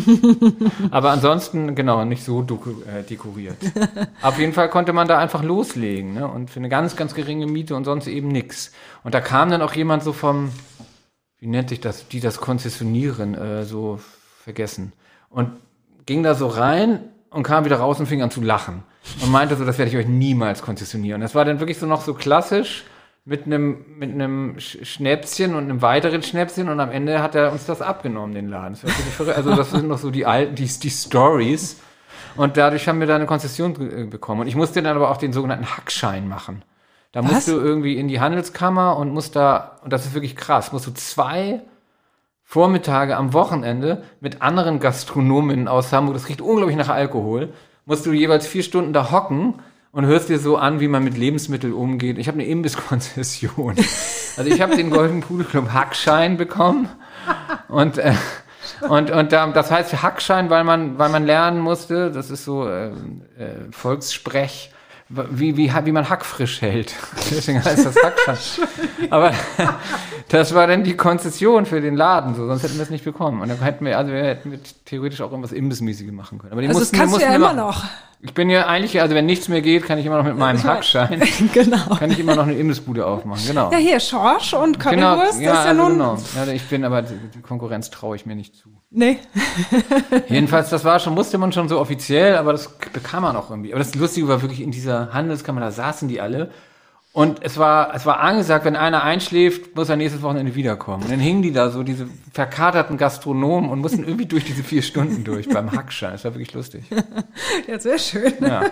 Aber ansonsten, genau, nicht so doku- äh, dekoriert. Auf jeden Fall konnte man da einfach loslegen, ne? Und für eine ganz, ganz geringe Miete und sonst eben nix. Und da kam dann auch jemand so vom, wie nennt sich das, die das konzessionieren, äh, so vergessen. Und ging da so rein und kam wieder raus und fing an zu lachen. Und meinte so, das werde ich euch niemals konzessionieren. Das war dann wirklich so noch so klassisch mit einem mit einem Sch- Schnäpschen und einem weiteren Schnäpschen und am Ende hat er uns das abgenommen, den Laden. Das war wirklich verrückt. Also das sind noch so die alten, die, die Stories. Und dadurch haben wir da eine Konzession äh, bekommen. Und ich musste dann aber auch den sogenannten Hackschein machen. Da musst Was? du irgendwie in die Handelskammer und musst da, und das ist wirklich krass, musst du zwei Vormittage am Wochenende mit anderen Gastronomen aus Hamburg, das riecht unglaublich nach Alkohol, musst du jeweils vier Stunden da hocken und hörst dir so an, wie man mit Lebensmitteln umgeht. Ich habe eine Imbisskonzession. Also ich habe den Golden Pudelclub Hackschein bekommen und äh, und und ähm, das heißt Hackschein, weil man weil man lernen musste, das ist so äh, äh, Volkssprech, wie, wie, wie man Hackfrisch hält. Deswegen heißt das Hackschein. Aber das war dann die Konzession für den Laden, so, sonst hätten wir es nicht bekommen. Und dann hätten wir, also wir hätten wir theoretisch auch irgendwas Imbissmäßiges machen können. Aber die Also mussten, das kannst wir du mussten ja wir immer machen. noch. Ich bin ja eigentlich, also wenn nichts mehr geht, kann ich immer noch mit meinem Hackschein, Genau. kann ich immer noch eine Imbissbude aufmachen, genau. Ja, hier, Schorsch und Genau, Currywurst, ja, das ist ja also nun... genau. Ja, ich bin aber, die die Konkurrenz traue ich mir nicht zu. Nee. Jedenfalls, das war schon, musste man schon so offiziell, aber das bekam man auch irgendwie. Aber das Lustige war wirklich in dieser Handelskammer, da saßen die alle. Und es war, es war angesagt, wenn einer einschläft, muss er nächstes Wochenende wiederkommen. Und dann hingen die da so, diese verkaterten Gastronomen und mussten irgendwie durch diese vier Stunden durch beim Hackschein. Das war wirklich lustig. Ja, sehr schön. Ja.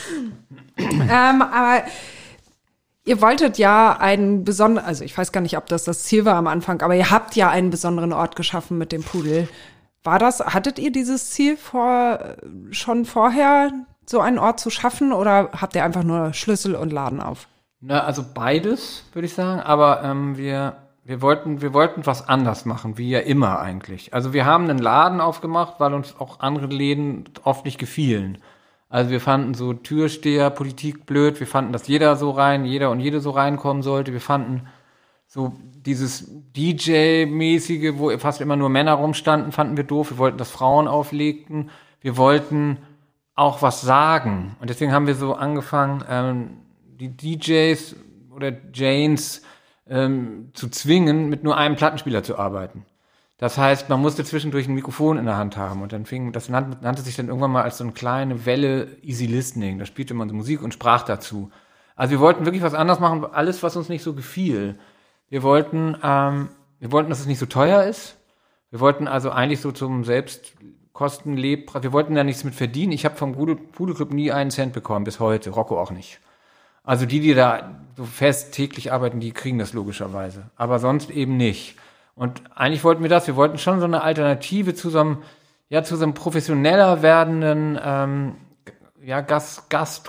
Ähm, aber ihr wolltet ja einen besonderen, also ich weiß gar nicht, ob das das Ziel war am Anfang, aber ihr habt ja einen besonderen Ort geschaffen mit dem Pudel. War das, hattet ihr dieses Ziel vor, schon vorher, so einen Ort zu schaffen, oder habt ihr einfach nur Schlüssel und Laden auf? Na, also beides, würde ich sagen. Aber ähm, wir, wir wollten, wir wollten was anders machen, wie ja immer eigentlich. Also wir haben einen Laden aufgemacht, weil uns auch andere Läden oft nicht gefielen. Also wir fanden so Türsteher, Politik blöd. Wir fanden, dass jeder so rein, jeder und jede so reinkommen sollte. Wir fanden so dieses D J-mäßige, wo fast immer nur Männer rumstanden, fanden wir doof. Wir wollten, dass Frauen auflegten. Wir wollten auch was sagen. Und deswegen haben wir so angefangen, ähm, die D Js oder Janes ähm, zu zwingen, mit nur einem Plattenspieler zu arbeiten. Das heißt, man musste zwischendurch ein Mikrofon in der Hand haben. Und dann fing, das nannte, nannte sich dann irgendwann mal als so eine kleine Welle Easy Listening. Da spielte man so Musik und sprach dazu. Also wir wollten wirklich was anderes machen, alles, was uns nicht so gefiel. Wir wollten, ähm, wir wollten, dass es nicht so teuer ist. Wir wollten also eigentlich so zum Selbstkostenleb, wir wollten da nichts mit verdienen. Ich habe vom Pudelclub nie einen Cent bekommen, bis heute. Rocco auch nicht. Also die, die da so fest täglich arbeiten, die kriegen das logischerweise. Aber sonst eben nicht. Und eigentlich wollten wir das, wir wollten schon so eine Alternative zu so einem, ja, zu so einem professioneller werdenden, ähm, ja, Gas,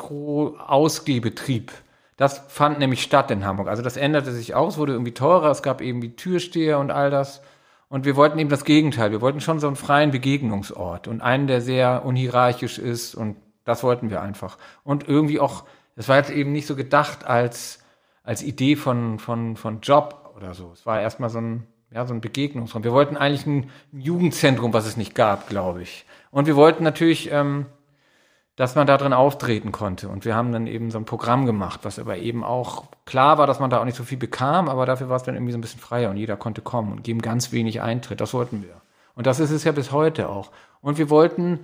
Gastro-Ausgehbetrieb. Das fand nämlich statt in Hamburg. Also das änderte sich auch, es wurde irgendwie teurer, es gab eben die Türsteher und all das. Und wir wollten eben das Gegenteil. Wir wollten schon so einen freien Begegnungsort und einen, der sehr unhierarchisch ist, und das wollten wir einfach. Und irgendwie auch, es war jetzt eben nicht so gedacht als, als Idee von, von, von Job oder so. Es war erstmal so ein, ja, so ein Begegnungsraum. Wir wollten eigentlich ein Jugendzentrum, was es nicht gab, glaube ich. Und wir wollten natürlich, ähm, dass man da drin auftreten konnte. Und wir haben dann eben so ein Programm gemacht, was aber eben auch klar war, dass man da auch nicht so viel bekam, aber dafür war es dann irgendwie so ein bisschen freier und jeder konnte kommen und geben ganz wenig Eintritt. Das wollten wir. Und das ist es ja bis heute auch. Und wir wollten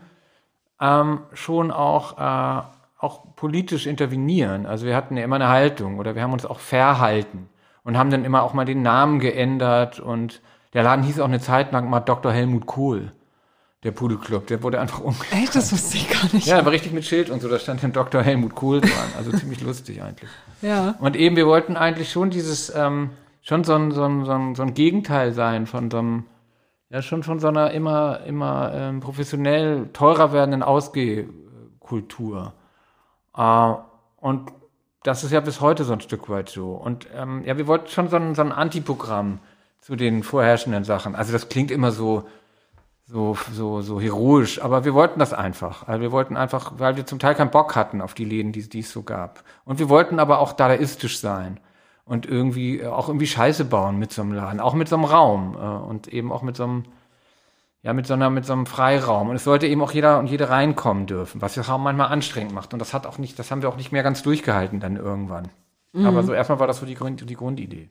ähm, schon auch, äh, auch politisch intervenieren. Also wir hatten ja immer eine Haltung oder wir haben uns auch verhalten und haben dann immer auch mal den Namen geändert. Und der Laden hieß auch eine Zeit lang mal Doktor Helmut Kohl. Der Pudelclub, der wurde einfach um. Echt, das wusste ich gar nicht. Ja, aber richtig mit Schild und so, da stand dann Doktor Helmut Kohl dran. Also ziemlich lustig eigentlich. Ja. Und eben, wir wollten eigentlich schon dieses, ähm, schon so ein, so ein, so ein, so ein Gegenteil sein von so einem, ja, schon von so einer immer, immer ähm, professionell teurer werdenden Ausgehkultur. Äh, und das ist ja bis heute so ein Stück weit so. Und ähm, ja, wir wollten schon so ein, so ein Antiprogramm zu den vorherrschenden Sachen. Also das klingt immer so, so, so, so heroisch, aber wir wollten das einfach. Also wir wollten einfach, weil wir zum Teil keinen Bock hatten auf die Läden, die, die es so gab. Und wir wollten aber auch dadaistisch sein und irgendwie auch irgendwie Scheiße bauen mit so einem Laden, auch mit so einem Raum äh, und eben auch mit so einem, ja, mit so einer, mit so einem Freiraum. Und es sollte eben auch jeder und jede reinkommen dürfen, was das Raum manchmal anstrengend macht. Und das hat auch nicht, das haben wir auch nicht mehr ganz durchgehalten dann irgendwann. Mhm. Aber so erstmal war das so die, Grund, die Grundidee.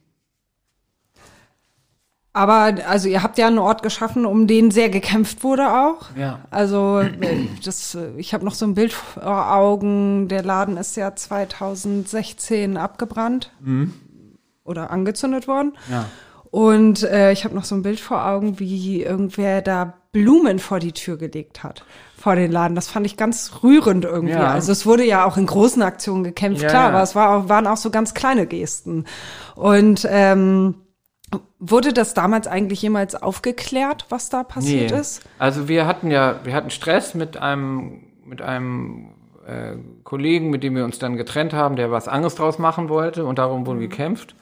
Aber also ihr habt ja einen Ort geschaffen, um den sehr gekämpft wurde auch. Ja. Also das, ich habe noch so ein Bild vor Augen. Der Laden ist ja zweitausendsechzehn abgebrannt mhm. oder angezündet worden. Ja. Und äh, ich habe noch so ein Bild vor Augen, wie irgendwer da Blumen vor die Tür gelegt hat, vor den Laden. Das fand ich ganz rührend irgendwie. Ja. Also es wurde ja auch in großen Aktionen gekämpft, ja, klar, ja. aber es war auch, waren auch so ganz kleine Gesten. Und ähm, wurde das damals eigentlich jemals aufgeklärt, was da passiert nee. ist? Also wir hatten ja, wir hatten Stress mit einem, mit einem äh, Kollegen, mit dem wir uns dann getrennt haben, der was anderes draus machen wollte, und darum wurde mhm. gekämpft.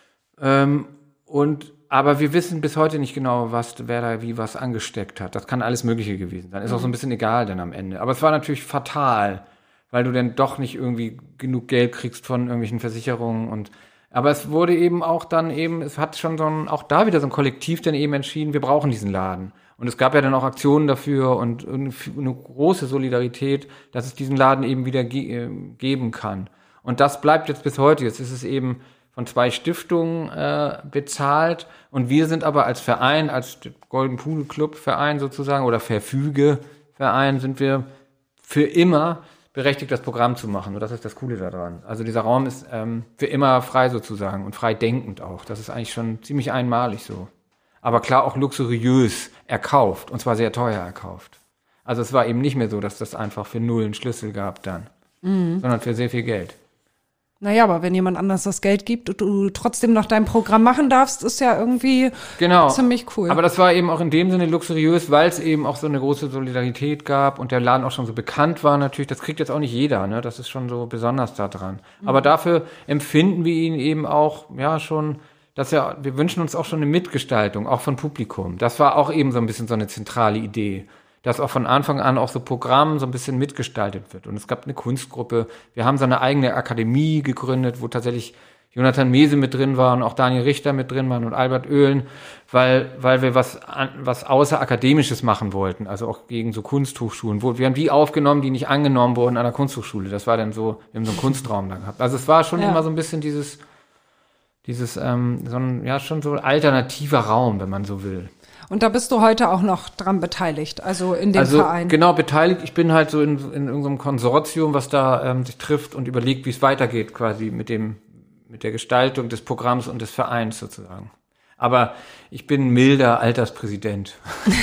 Ähm, und aber wir wissen bis heute nicht genau, was, wer da wie was angesteckt hat. Das kann alles Mögliche gewesen sein. Ist mhm. auch so ein bisschen egal dann am Ende. Aber es war natürlich fatal, weil du dann doch nicht irgendwie genug Geld kriegst von irgendwelchen Versicherungen und aber es wurde eben auch dann eben, es hat schon so ein, auch da wieder so ein Kollektiv dann eben entschieden, wir brauchen diesen Laden. Und es gab ja dann auch Aktionen dafür und eine, eine große Solidarität, dass es diesen Laden eben wieder ge- geben kann. Und das bleibt jetzt bis heute. Jetzt ist es eben von zwei Stiftungen äh, bezahlt und wir sind aber als Verein, als Golden Pudel Club Verein sozusagen oder Verfüge Verein sind wir für immer berechtigt, das Programm zu machen. Und das ist das Coole daran. Also dieser Raum ist ähm, für immer frei sozusagen und frei denkend auch. Das ist eigentlich schon ziemlich einmalig so. Aber klar auch luxuriös erkauft und zwar sehr teuer erkauft. Also es war eben nicht mehr so, dass das einfach für null einen Schlüssel gab dann, mhm. sondern für sehr viel Geld. Naja, aber wenn jemand anders das Geld gibt und du trotzdem noch dein Programm machen darfst, ist ja irgendwie genau. ziemlich cool. Aber das war eben auch in dem Sinne luxuriös, weil es eben auch so eine große Solidarität gab und der Laden auch schon so bekannt war natürlich. Das kriegt jetzt auch nicht jeder, ne? Das ist schon so besonders da dran. Mhm. Aber dafür empfinden wir ihn eben auch, ja, schon, dass er, wir wünschen uns auch schon eine Mitgestaltung, auch von Publikum. Das war auch eben so ein bisschen so eine zentrale Idee, dass auch von Anfang an auch so Programm so ein bisschen mitgestaltet wird. Und es gab eine Kunstgruppe. Wir haben so eine eigene Akademie gegründet, wo tatsächlich Jonathan Mese mit drin war und auch Daniel Richter mit drin waren und Albert Oehlen, weil, weil wir was, an, was außerakademisches machen wollten, also auch gegen so Kunsthochschulen. Wo, wir haben die aufgenommen, die nicht angenommen wurden an der Kunsthochschule. Das war dann so, wir haben so einen Kunstraum da gehabt. Also es war schon ja. immer so ein bisschen dieses, dieses, ähm, so ein, ja, schon so alternativer Raum, wenn man so will. Und da bist du heute auch noch dran beteiligt, also in dem also, Verein? Genau, beteiligt. Ich bin halt so in, in irgendeinem Konsortium, was da ähm, sich trifft und überlegt, wie es weitergeht quasi mit dem, mit der Gestaltung des Programms und des Vereins sozusagen. Aber ich bin milder Alterspräsident.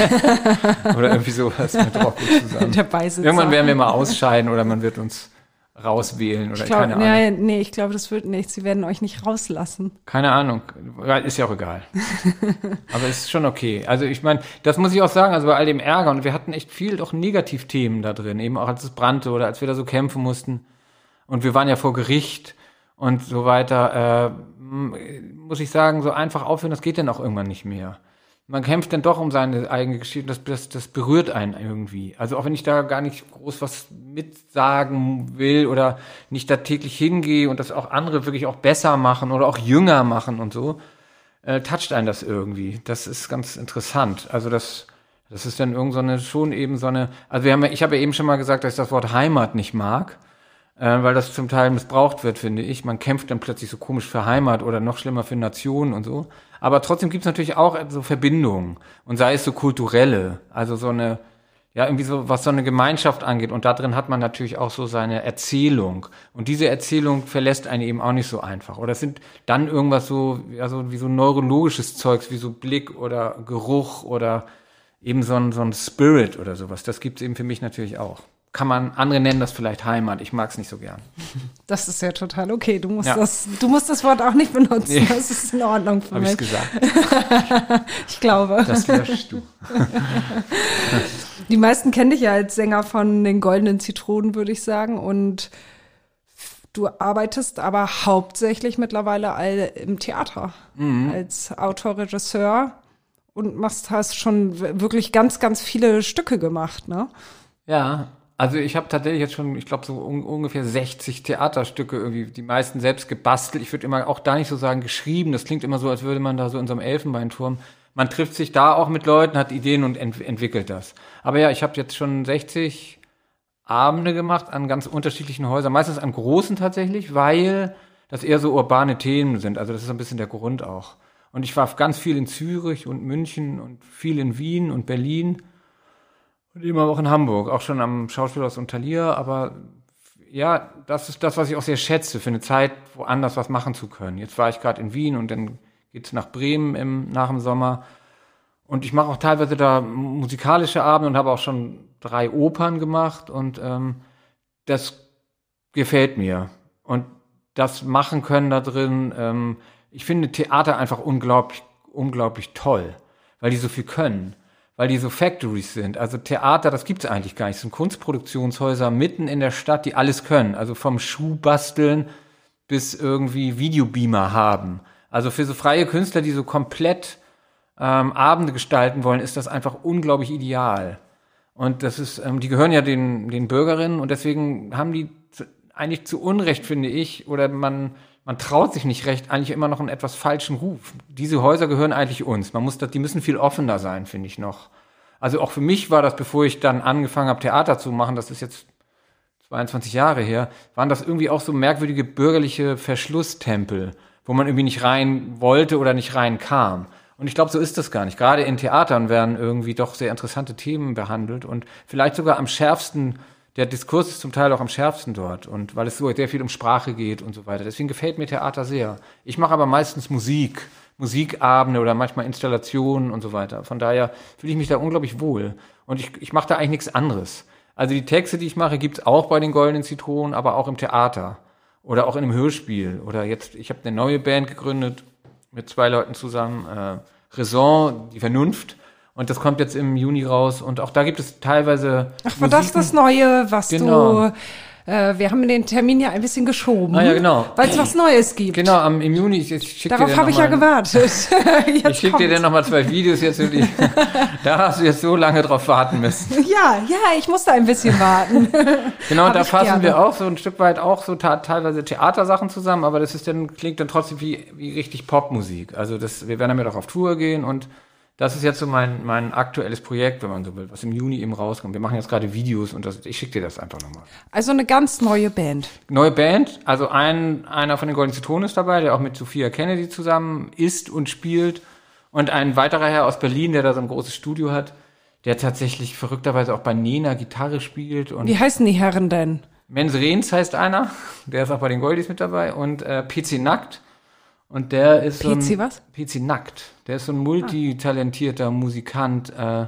Oder irgendwie sowas mit Rocco zusammen. Der Beisitzer. Irgendwann werden wir mal ausscheiden oder man wird uns rauswählen oder ich glaub, keine Ahnung. Nee, nee, ich glaube, das wird nichts. Sie werden euch nicht rauslassen. Keine Ahnung. Ist ja auch egal. Aber es ist schon okay. Also ich meine, das muss ich auch sagen, also bei all dem Ärger, und wir hatten echt viel doch Negativthemen da drin, eben auch als es brannte oder als wir da so kämpfen mussten. Und wir waren ja vor Gericht und so weiter. Äh, muss ich sagen, so einfach aufhören, das geht dann auch irgendwann nicht mehr. Man kämpft dann doch um seine eigene Geschichte, das, das, das berührt einen irgendwie. Also auch wenn ich da gar nicht groß was mitsagen will oder nicht da täglich hingehe und das auch andere wirklich auch besser machen oder auch jünger machen und so, äh, toucht einen das irgendwie. Das ist ganz interessant. Also das, das ist dann irgend so eine, schon eben so eine, also wir haben, ich habe ja eben schon mal gesagt, dass ich das Wort Heimat nicht mag, äh, weil das zum Teil missbraucht wird, finde ich. Man kämpft dann plötzlich so komisch für Heimat oder noch schlimmer für Nationen und so. Aber trotzdem gibt es natürlich auch so Verbindungen und sei es so kulturelle, also so eine, ja irgendwie so, was so eine Gemeinschaft angeht und da drin hat man natürlich auch so seine Erzählung und diese Erzählung verlässt einen eben auch nicht so einfach oder es sind dann irgendwas so, ja so wie so neurologisches Zeugs, wie so Blick oder Geruch oder eben so ein, so ein Spirit oder sowas, das gibt es eben für mich natürlich auch. Kann man, andere nennen das vielleicht Heimat, ich mag es nicht so gern. Das ist ja total okay, du musst, ja. das, du musst das Wort auch nicht benutzen, nee. Das ist in Ordnung für Hab mich. Hab ich gesagt. Ich glaube. Das löschst du. Die meisten kennen dich ja als Sänger von den Goldenen Zitronen, würde ich sagen, und du arbeitest aber hauptsächlich mittlerweile all im Theater, mhm. als Autor, Regisseur und machst, hast schon wirklich ganz, ganz viele Stücke gemacht, ne? Ja, also ich habe tatsächlich jetzt schon, ich glaube, so un- ungefähr sechzig Theaterstücke irgendwie, die meisten selbst gebastelt. Ich würde immer auch da nicht so sagen geschrieben. Das klingt immer so, als würde man da so in so einem Elfenbeinturm. Man trifft sich da auch mit Leuten, hat Ideen und ent- entwickelt das. Aber ja, ich habe jetzt schon sechzig Abende gemacht an ganz unterschiedlichen Häusern. Meistens an großen tatsächlich, weil das eher so urbane Themen sind. Also das ist ein bisschen der Grund auch. Und ich war ganz viel in Zürich und München und viel in Wien und Berlin. Und immer auch in Hamburg, auch schon am Schauspielhaus und Thalia, aber ja, das ist das, was ich auch sehr schätze, für eine Zeit, woanders was machen zu können. Jetzt war ich gerade in Wien und dann geht's nach Bremen im, nach dem Sommer und ich mache auch teilweise da musikalische Abende und habe auch schon drei Opern gemacht und ähm, das gefällt mir. Und das machen können da drin, ähm, ich finde Theater einfach unglaublich, unglaublich toll, weil die so viel können. Weil die so Factories sind. Also Theater, das gibt's eigentlich gar nicht. Das sind Kunstproduktionshäuser mitten in der Stadt, die alles können. Also vom Schuhbasteln bis irgendwie Videobeamer haben. Also für so freie Künstler, die so komplett ähm, Abende gestalten wollen, ist das einfach unglaublich ideal. Und das ist, ähm, die gehören ja den, den Bürgerinnen und deswegen haben die zu, eigentlich zu Unrecht, finde ich, oder man Man traut sich nicht recht, eigentlich immer noch einen etwas falschen Ruf. Diese Häuser gehören eigentlich uns. Man muss das, die müssen viel offener sein, finde ich noch. Also auch für mich war das, bevor ich dann angefangen habe, Theater zu machen, das ist jetzt zweiundzwanzig Jahre her, waren das irgendwie auch so merkwürdige bürgerliche Verschlusstempel, wo man irgendwie nicht rein wollte oder nicht rein kam. Und ich glaube, so ist das gar nicht. Gerade in Theatern werden irgendwie doch sehr interessante Themen behandelt und vielleicht sogar am schärfsten. Der Diskurs ist zum Teil auch am schärfsten dort und weil es so sehr viel um Sprache geht und so weiter. Deswegen gefällt mir Theater sehr. Ich mache aber meistens Musik, Musikabende oder manchmal Installationen und so weiter. Von daher fühle ich mich da unglaublich wohl. Und ich, ich mache da eigentlich nichts anderes. Also die Texte, die ich mache, gibt's auch bei den Goldenen Zitronen, aber auch im Theater oder auch in einem Hörspiel. Oder jetzt, ich habe eine neue Band gegründet mit zwei Leuten zusammen, äh, Raison, die Vernunft. Und das kommt jetzt im Juni raus. Und auch da gibt es teilweise Ach, war das das Neue, was genau. du Äh, wir haben den Termin ja ein bisschen geschoben. Ah ja, genau. Weil es was Neues gibt. Genau, am, im Juni. Ich, ich schick Darauf dir habe ich ja gewartet. ich schicke dir dann nochmal zwei Videos jetzt. Die, da hast du jetzt so lange drauf warten müssen. Ja, ja, ich musste ein bisschen warten. Genau, und da fassen gerne. wir auch so ein Stück weit auch so ta- teilweise Theatersachen zusammen, aber das ist dann, klingt dann trotzdem wie, wie richtig Popmusik. Also das, wir werden damit auch auf Tour gehen und das ist jetzt so mein, mein aktuelles Projekt, wenn man so will, was im Juni eben rauskommt. Wir machen jetzt gerade Videos und das, ich schicke dir das einfach nochmal. Also eine ganz neue Band. Neue Band, also ein, einer von den Goldenen Zitronen ist dabei, der auch mit Sophia Kennedy zusammen ist und spielt. Und ein weiterer Herr aus Berlin, der da so ein großes Studio hat, der tatsächlich verrückterweise auch bei Nena Gitarre spielt. Und Wie heißen die Herren denn? Menz Rehns heißt einer, der ist auch bei den Goldies mit dabei. Und äh, P C Nackt. Und der ist so ein... P C was? P C Nackt. Der ist so ein multitalentierter Musikant, äh,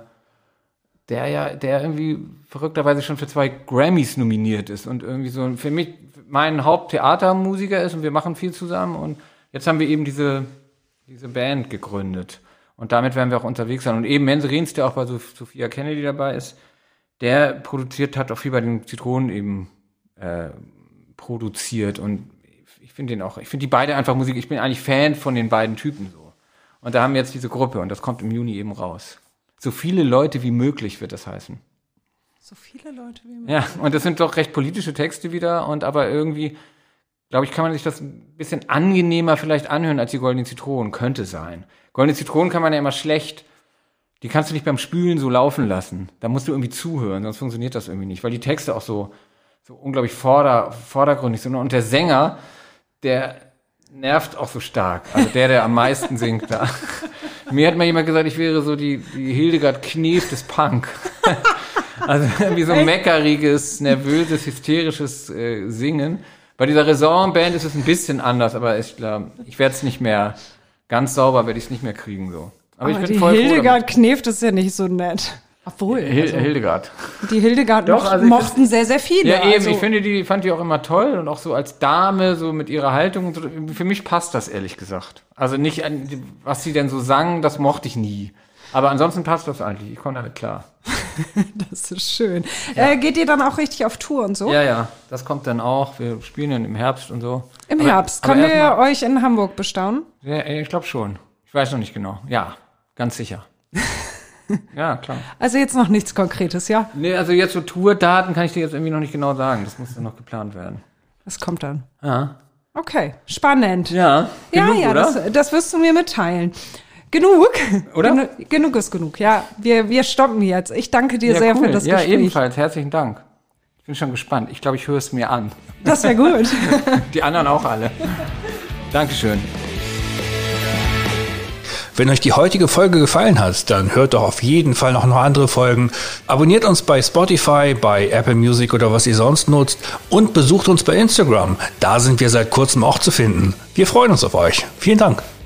der ja, der irgendwie verrückterweise schon für zwei Grammys nominiert ist und irgendwie so für mich mein Haupttheatermusiker ist und wir machen viel zusammen und jetzt haben wir eben diese, diese Band gegründet und damit werden wir auch unterwegs sein. Und eben Menz Rehns, der auch bei Sophia Kennedy dabei ist, der produziert, hat auch viel bei den Zitronen eben äh, produziert und ich finde den auch, ich finde die beide einfach Musik, ich bin eigentlich Fan von den beiden Typen so. Und da haben wir jetzt diese Gruppe und das kommt im Juni eben raus. So viele Leute wie möglich wird das heißen. So viele Leute wie möglich. Ja, und das sind doch recht politische Texte wieder und aber irgendwie, glaube ich, kann man sich das ein bisschen angenehmer vielleicht anhören als die Goldenen Zitronen. Könnte sein. Goldene Zitronen kann man ja immer schlecht, die kannst du nicht beim Spülen so laufen lassen. Da musst du irgendwie zuhören, sonst funktioniert das irgendwie nicht, weil die Texte auch so, so unglaublich vorder, vordergründig sind. Und der Sänger, der nervt auch so stark. Also der, der am meisten singt da. Mir hat mal jemand gesagt, ich wäre so die, die Hildegard Knef des Punk. Also irgendwie so meckeriges, nervöses, hysterisches äh, Singen. Bei dieser Raison-Band ist es ein bisschen anders, aber ich glaube, ich werde es nicht mehr, ganz sauber werde ich es nicht mehr kriegen so. Aber, Aber ich bin die voll Hildegard Knef, das ist ja nicht so nett. Obwohl. Hil- also, Hildegard. die Hildegard Doch, moch, also ich mochten find- sehr, sehr viele. Ja, eben. Also, Ich finde, die fand die auch immer toll und auch so als Dame, so mit ihrer Haltung und so. Für mich passt das, ehrlich gesagt. Also nicht, an, was sie denn so sang, das mochte ich nie. Aber ansonsten passt das eigentlich. Ich komme damit klar. das ist schön. Ja. Äh, geht ihr dann auch richtig auf Tour und so? Ja, ja. Das kommt dann auch. Wir spielen dann im Herbst und so. Im aber, Herbst. aber Können wir erst mal- euch in Hamburg bestaunen? Ja, ich glaube schon. Ich weiß noch nicht genau. Ja, ganz sicher. Ja, klar. Also jetzt noch nichts Konkretes, ja? Nee, also jetzt so Tourdaten kann ich dir jetzt irgendwie noch nicht genau sagen. Das muss dann noch geplant werden. Das kommt dann. Ja. Okay, spannend. Ja, ja, genug, ja, oder? das, das wirst du mir mitteilen. Genug. Oder? Genu genug ist genug. Ja, wir, wir stoppen jetzt. Ich danke dir Ja, sehr cool. für das ja, Gespräch. ebenfalls. Herzlichen Dank. Ich bin schon gespannt. Ich glaube, ich höre es mir an. Das wäre gut. Die anderen auch alle. Dankeschön. Wenn euch die heutige Folge gefallen hat, dann hört doch auf jeden Fall noch, noch andere Folgen. Abonniert uns bei Spotify, bei Apple Music oder was ihr sonst nutzt und besucht uns bei Instagram. Da sind wir seit kurzem auch zu finden. Wir freuen uns auf euch. Vielen Dank.